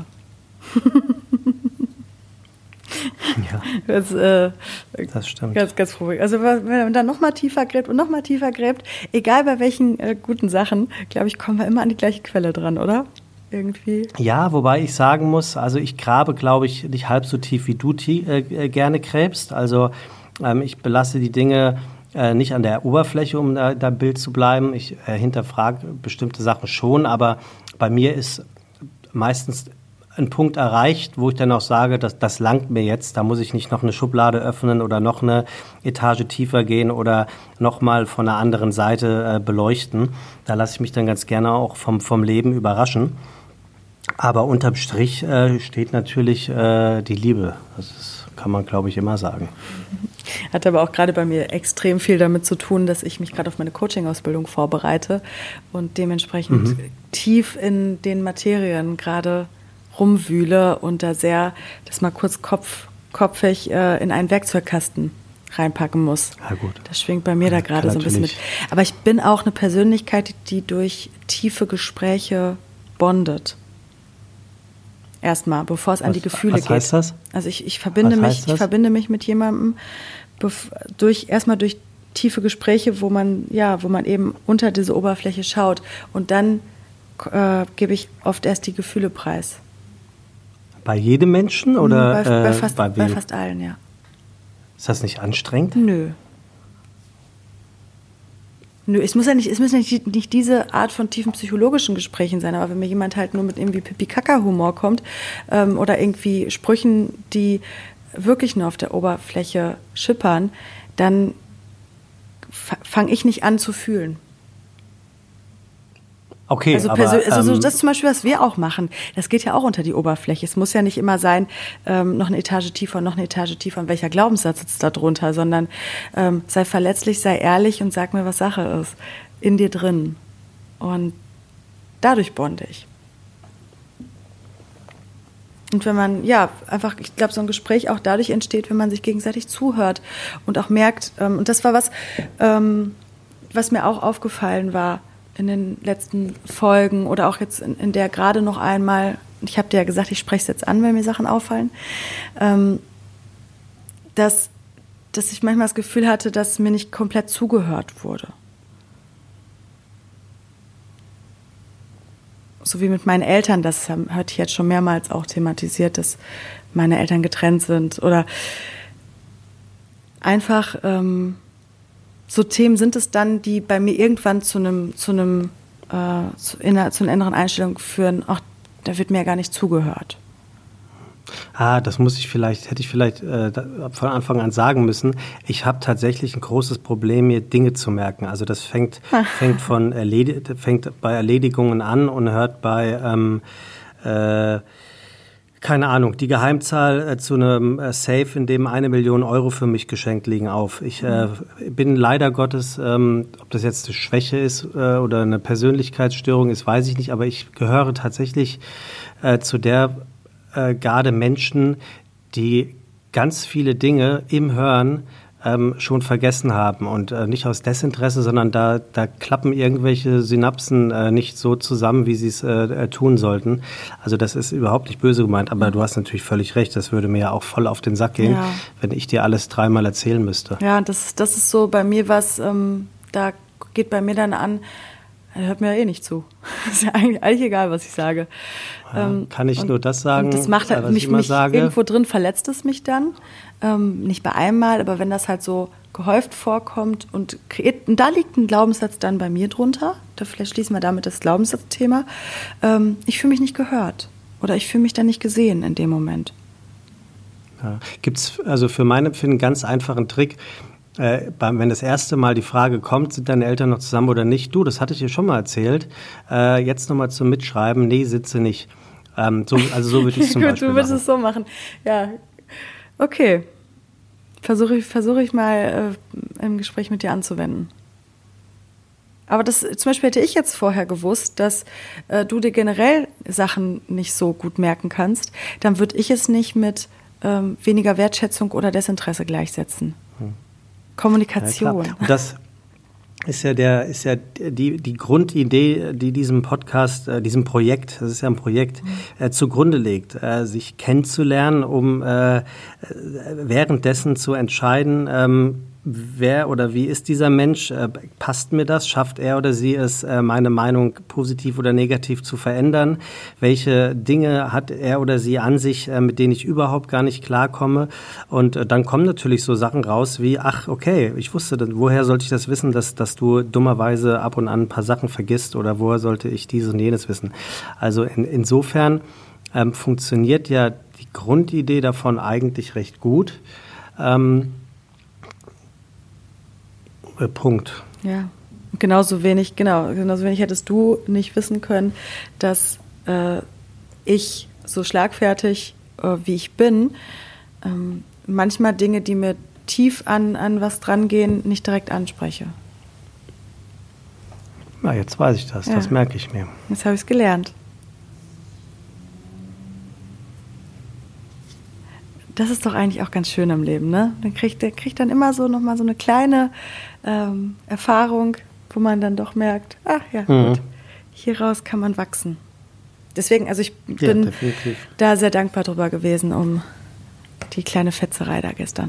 Ja, das, äh, das stimmt. Ganz, ganz ruhig. Also wenn man dann noch mal tiefer gräbt und noch mal tiefer gräbt, egal bei welchen äh, guten Sachen, glaube ich, kommen wir immer an die gleiche Quelle dran, oder? Irgendwie. Ja, wobei ich sagen muss, also ich grabe, glaube ich, nicht halb so tief, wie du tie- äh, gerne gräbst. Also ähm, ich belasse die Dinge äh, nicht an der Oberfläche, um da, da im Bild zu bleiben. Ich äh, hinterfrage bestimmte Sachen schon, aber bei mir ist meistens ein Punkt erreicht, wo ich dann auch sage, dass das langt mir jetzt, da muss ich nicht noch eine Schublade öffnen oder noch eine Etage tiefer gehen oder noch mal von einer anderen Seite äh, beleuchten. Da lasse ich mich dann ganz gerne auch vom, vom Leben überraschen. Aber unterm Strich äh, steht natürlich äh, die Liebe. Das ist, kann man, glaube ich, immer sagen. Hat aber auch gerade bei mir extrem viel damit zu tun, dass ich mich gerade auf meine Coaching-Ausbildung vorbereite und dementsprechend mhm. tief in den Materien gerade rumwühle und da sehr, das mal kurz kopf, kopfig äh, in einen Werkzeugkasten reinpacken muss. Ja, gut. Das schwingt bei mir ja, da gerade so ein bisschen mit. Aber ich bin auch eine Persönlichkeit, die durch tiefe Gespräche bondet. Erstmal, bevor es an die Gefühle geht. Was heißt das? Also ich, ich verbinde mich, ich verbinde mich mit jemandem bef- durch erstmal durch tiefe Gespräche, wo man ja, wo man eben unter diese Oberfläche schaut und dann äh, gebe ich oft erst die Gefühle preis. Bei jedem Menschen oder bei, bei, äh, fast, bei, bei fast allen, ja. Ist das nicht anstrengend? Nö. Nö, es muss ja nicht, es müssen ja nicht, nicht diese Art von tiefen psychologischen Gesprächen sein, aber wenn mir jemand halt nur mit irgendwie Pipi-Kaka-Humor kommt ähm, oder irgendwie Sprüchen, die wirklich nur auf der Oberfläche schippern, dann f- fange ich nicht an zu fühlen. Okay, also aber persö- also so ähm, das ist zum Beispiel, was wir auch machen. Das geht ja auch unter die Oberfläche. Es muss ja nicht immer sein, ähm, noch eine Etage tiefer, noch eine Etage tiefer, und welcher Glaubenssatz sitzt da drunter, sondern ähm, sei verletzlich, sei ehrlich und sag mir, was Sache ist. In dir drin. Und dadurch bonde ich. Und wenn man, ja, einfach, ich glaube, so ein Gespräch auch dadurch entsteht, wenn man sich gegenseitig zuhört und auch merkt, ähm, und das war was, ähm, was mir auch aufgefallen war, in den letzten Folgen oder auch jetzt in, in der gerade noch einmal, ich habe dir ja gesagt, ich spreche es jetzt an, wenn mir Sachen auffallen, ähm, dass, dass ich manchmal das Gefühl hatte, dass mir nicht komplett zugehört wurde. So wie mit meinen Eltern, das hatte ich jetzt schon mehrmals auch thematisiert, dass meine Eltern getrennt sind oder einfach ähm, so Themen sind es dann, die bei mir irgendwann zu einem, zu einem, äh, zu, inner, zu einer inneren Einstellung führen, ach, da wird mir ja gar nicht zugehört. Ah, das muss ich vielleicht, hätte ich vielleicht äh, von Anfang an sagen müssen. Ich habe tatsächlich ein großes Problem, mir Dinge zu merken. Also das fängt, fängt, von Erledi- fängt bei Erledigungen an und hört bei, ähm, äh, keine Ahnung, die Geheimzahl äh, zu einem äh, Safe, in dem eine Million Euro für mich geschenkt liegen, auf. Ich äh, bin leider Gottes, ähm, ob das jetzt eine Schwäche ist äh, oder eine Persönlichkeitsstörung ist, weiß ich nicht, aber ich gehöre tatsächlich äh, zu der äh, Garde Menschen, die ganz viele Dinge im Hören ähm, schon vergessen haben und äh, nicht aus Desinteresse, sondern da, da klappen irgendwelche Synapsen äh, nicht so zusammen, wie sie es äh, tun sollten. Also das ist überhaupt nicht böse gemeint, aber du hast natürlich völlig recht, das würde mir ja auch voll auf den Sack gehen, Ja. wenn ich dir alles dreimal erzählen müsste. Ja, das, das ist so bei mir was, ähm, da geht bei mir dann an, er hört mir ja eh nicht zu. Ist ja eigentlich, eigentlich egal, was ich sage. Ja, ähm, kann ich und, nur das sagen, und das macht halt was mich, ich immer mich sage? irgendwo drin verletzt es mich dann. Ähm, nicht bei einmal, aber wenn das halt so gehäuft vorkommt und kreiert, und da liegt ein Glaubenssatz dann bei mir drunter, da vielleicht schließen wir damit das Glaubenssatzthema, ähm, ich fühle mich nicht gehört oder ich fühle mich dann nicht gesehen in dem Moment. Ja. Gibt es also für mein Empfinden einen ganz einfachen Trick, äh, wenn das erste Mal die Frage kommt, sind deine Eltern noch zusammen oder nicht? Du, das hatte ich dir schon mal erzählt. Äh, jetzt nochmal zum Mitschreiben, nee, sitze nicht. Ähm, so, also so würde ich es zum Gut, Beispiel du würdest machen. es so machen. Ja, okay. Versuche ich, versuche ich mal äh, im Gespräch mit dir anzuwenden. Aber das, zum Beispiel hätte ich jetzt vorher gewusst, dass äh, du dir generell Sachen nicht so gut merken kannst, dann würde ich es nicht mit ähm, weniger Wertschätzung oder Desinteresse gleichsetzen. Hm. Kommunikation. Ja, und das ist ja der, ist ja die, die Grundidee, die diesem Podcast, äh, diesem Projekt, das ist ja ein Projekt, äh, zugrunde legt, äh, sich kennenzulernen, um äh, währenddessen zu entscheiden, ähm, wer oder wie ist dieser Mensch, äh, passt mir das, schafft er oder sie es, äh, meine Meinung positiv oder negativ zu verändern, welche Dinge hat er oder sie an sich, äh, mit denen ich überhaupt gar nicht klarkomme, und äh, dann kommen natürlich so Sachen raus wie, ach okay, ich wusste, woher sollte ich das wissen, dass, dass du dummerweise ab und an ein paar Sachen vergisst, oder woher sollte ich dieses und jenes wissen. Also in, insofern ähm, funktioniert ja die Grundidee davon eigentlich recht gut. Ähm, Punkt. Ja, genauso wenig, genau, genauso wenig hättest du nicht wissen können, dass äh, ich so schlagfertig, äh, wie ich bin, ähm, manchmal Dinge, die mir tief an, an was drangehen, nicht direkt anspreche. Na, jetzt weiß ich das, Ja. Das merke ich mir. Jetzt habe ich es gelernt. Das ist doch eigentlich auch ganz schön im Leben, ne? Dann kriegt der kriegt dann immer so nochmal so eine kleine ähm, Erfahrung, wo man dann doch merkt, ach ja, Mhm. gut, hieraus kann man wachsen. Deswegen, also ich Ja, bin definitiv. da sehr dankbar drüber gewesen, um die kleine Fetzerei da gestern.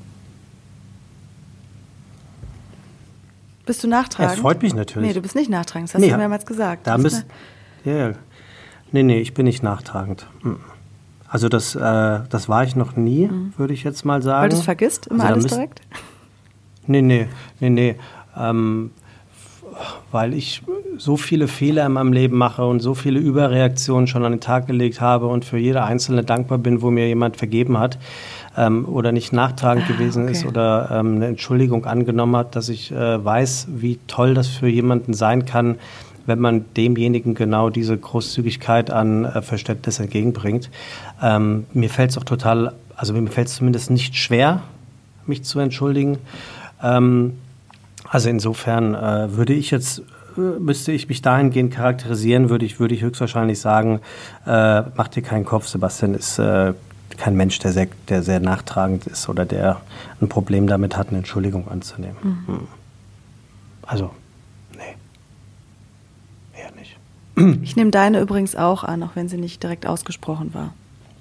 Bist du nachtragend? Ja, es freut mich natürlich. Nee, du bist nicht nachtragend, das hast Nee, du mehrmals gesagt. Da Du bist müsst, ja, ja. Nee, nee, ich bin nicht nachtragend. Mhm. Also das, äh, das war ich noch nie, mhm. würde ich jetzt mal sagen. Weil du es vergisst, immer Also da alles müsst- direkt? Nee, nee, nee, nee. Ähm, weil ich so viele Fehler in meinem Leben mache und so viele Überreaktionen schon an den Tag gelegt habe und für jede einzelne dankbar bin, wo mir jemand vergeben hat ähm, oder nicht nachtragend Ah, gewesen okay. ist oder ähm, eine Entschuldigung angenommen hat, dass ich äh, weiß, wie toll das für jemanden sein kann, wenn man demjenigen genau diese Großzügigkeit an äh, Verständnis entgegenbringt. Ähm, mir fällt es auch total, also mir fällt es zumindest nicht schwer, mich zu entschuldigen. Ähm, also insofern äh, würde ich jetzt, äh, müsste ich mich dahingehend charakterisieren, würde ich, würde ich höchstwahrscheinlich sagen, äh, mach dir keinen Kopf, Sebastian ist äh, kein Mensch, der sehr, der sehr nachtragend ist oder der ein Problem damit hat, eine Entschuldigung anzunehmen. Mhm. Hm. Also, nee. Eher nicht. Ich nehme deine übrigens auch an, auch wenn sie nicht direkt ausgesprochen war.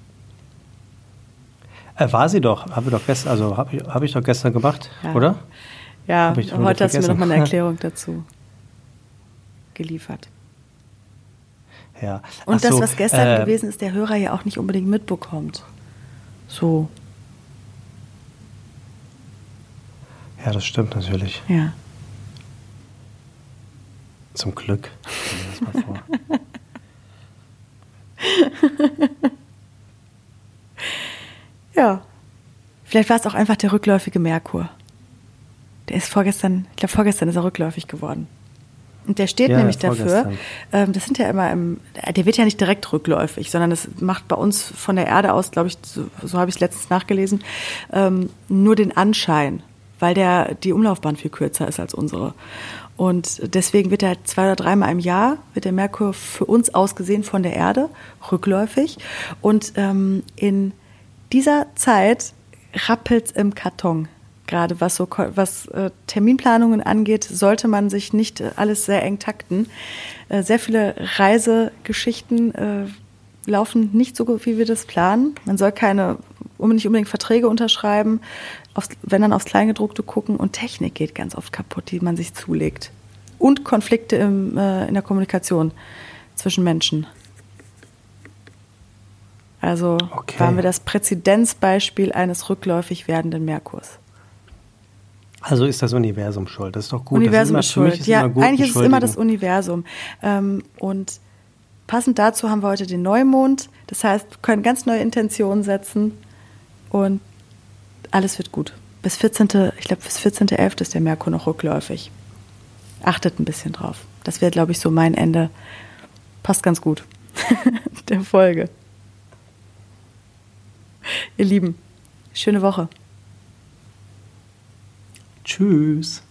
Äh, war sie doch, habe ich doch gestern, also habe ich, hab ich doch gestern gemacht, Ja. oder? Ja, ich heute hast du mir vergessen. noch mal eine Erklärung dazu geliefert. Ja. Und Ach das, so, was gestern äh, gewesen ist, der Hörer ja auch nicht unbedingt mitbekommt. So, Ja, das stimmt natürlich. ja. Zum Glück. Stell dir das mal vor. Ja. Vielleicht war es auch einfach der rückläufige Merkur. Der ist vorgestern, ich glaube vorgestern ist er rückläufig geworden. Und der steht Ja, nämlich dafür, vorgestern. ähm, das sind ja immer im, der wird ja nicht direkt rückläufig, sondern das macht bei uns von der Erde aus, glaube ich, so, so habe ich es letztens nachgelesen, ähm, nur den Anschein, weil der, die Umlaufbahn viel kürzer ist als unsere. Und deswegen wird er zwei oder dreimal im Jahr, wird der Merkur für uns aus gesehen von der Erde rückläufig. Und ähm, in dieser Zeit rappelt's im Karton. Gerade was so was äh, Terminplanungen angeht, sollte man sich nicht äh, alles sehr eng takten. Äh, sehr viele Reisegeschichten äh, laufen nicht so gut, wie wir das planen. Man soll keine nicht unbedingt Verträge unterschreiben, aufs, wenn dann aufs Kleingedruckte gucken. Und Technik geht ganz oft kaputt, die man sich zulegt. Und Konflikte im, äh, in der Kommunikation zwischen Menschen. Also Okay. waren wir das Präzedenzbeispiel eines rückläufig werdenden Merkurs. Also ist das Universum schuld. Das ist doch gut. Universum das ist, ist immer, für mich schuld. ist Ja, immer gut, eigentlich ist es immer das entschuldigen. Universum. Ähm, und passend dazu haben wir heute den Neumond. Das heißt, wir können ganz neue Intentionen setzen und alles wird gut. Bis vierzehnten Ich glaube, bis vierzehnten elften ist der Merkur noch rückläufig. Achtet ein bisschen drauf. Das wäre, glaube ich, so mein Ende. Passt ganz gut. Der Folge. Ihr Lieben, schöne Woche. Tschüss.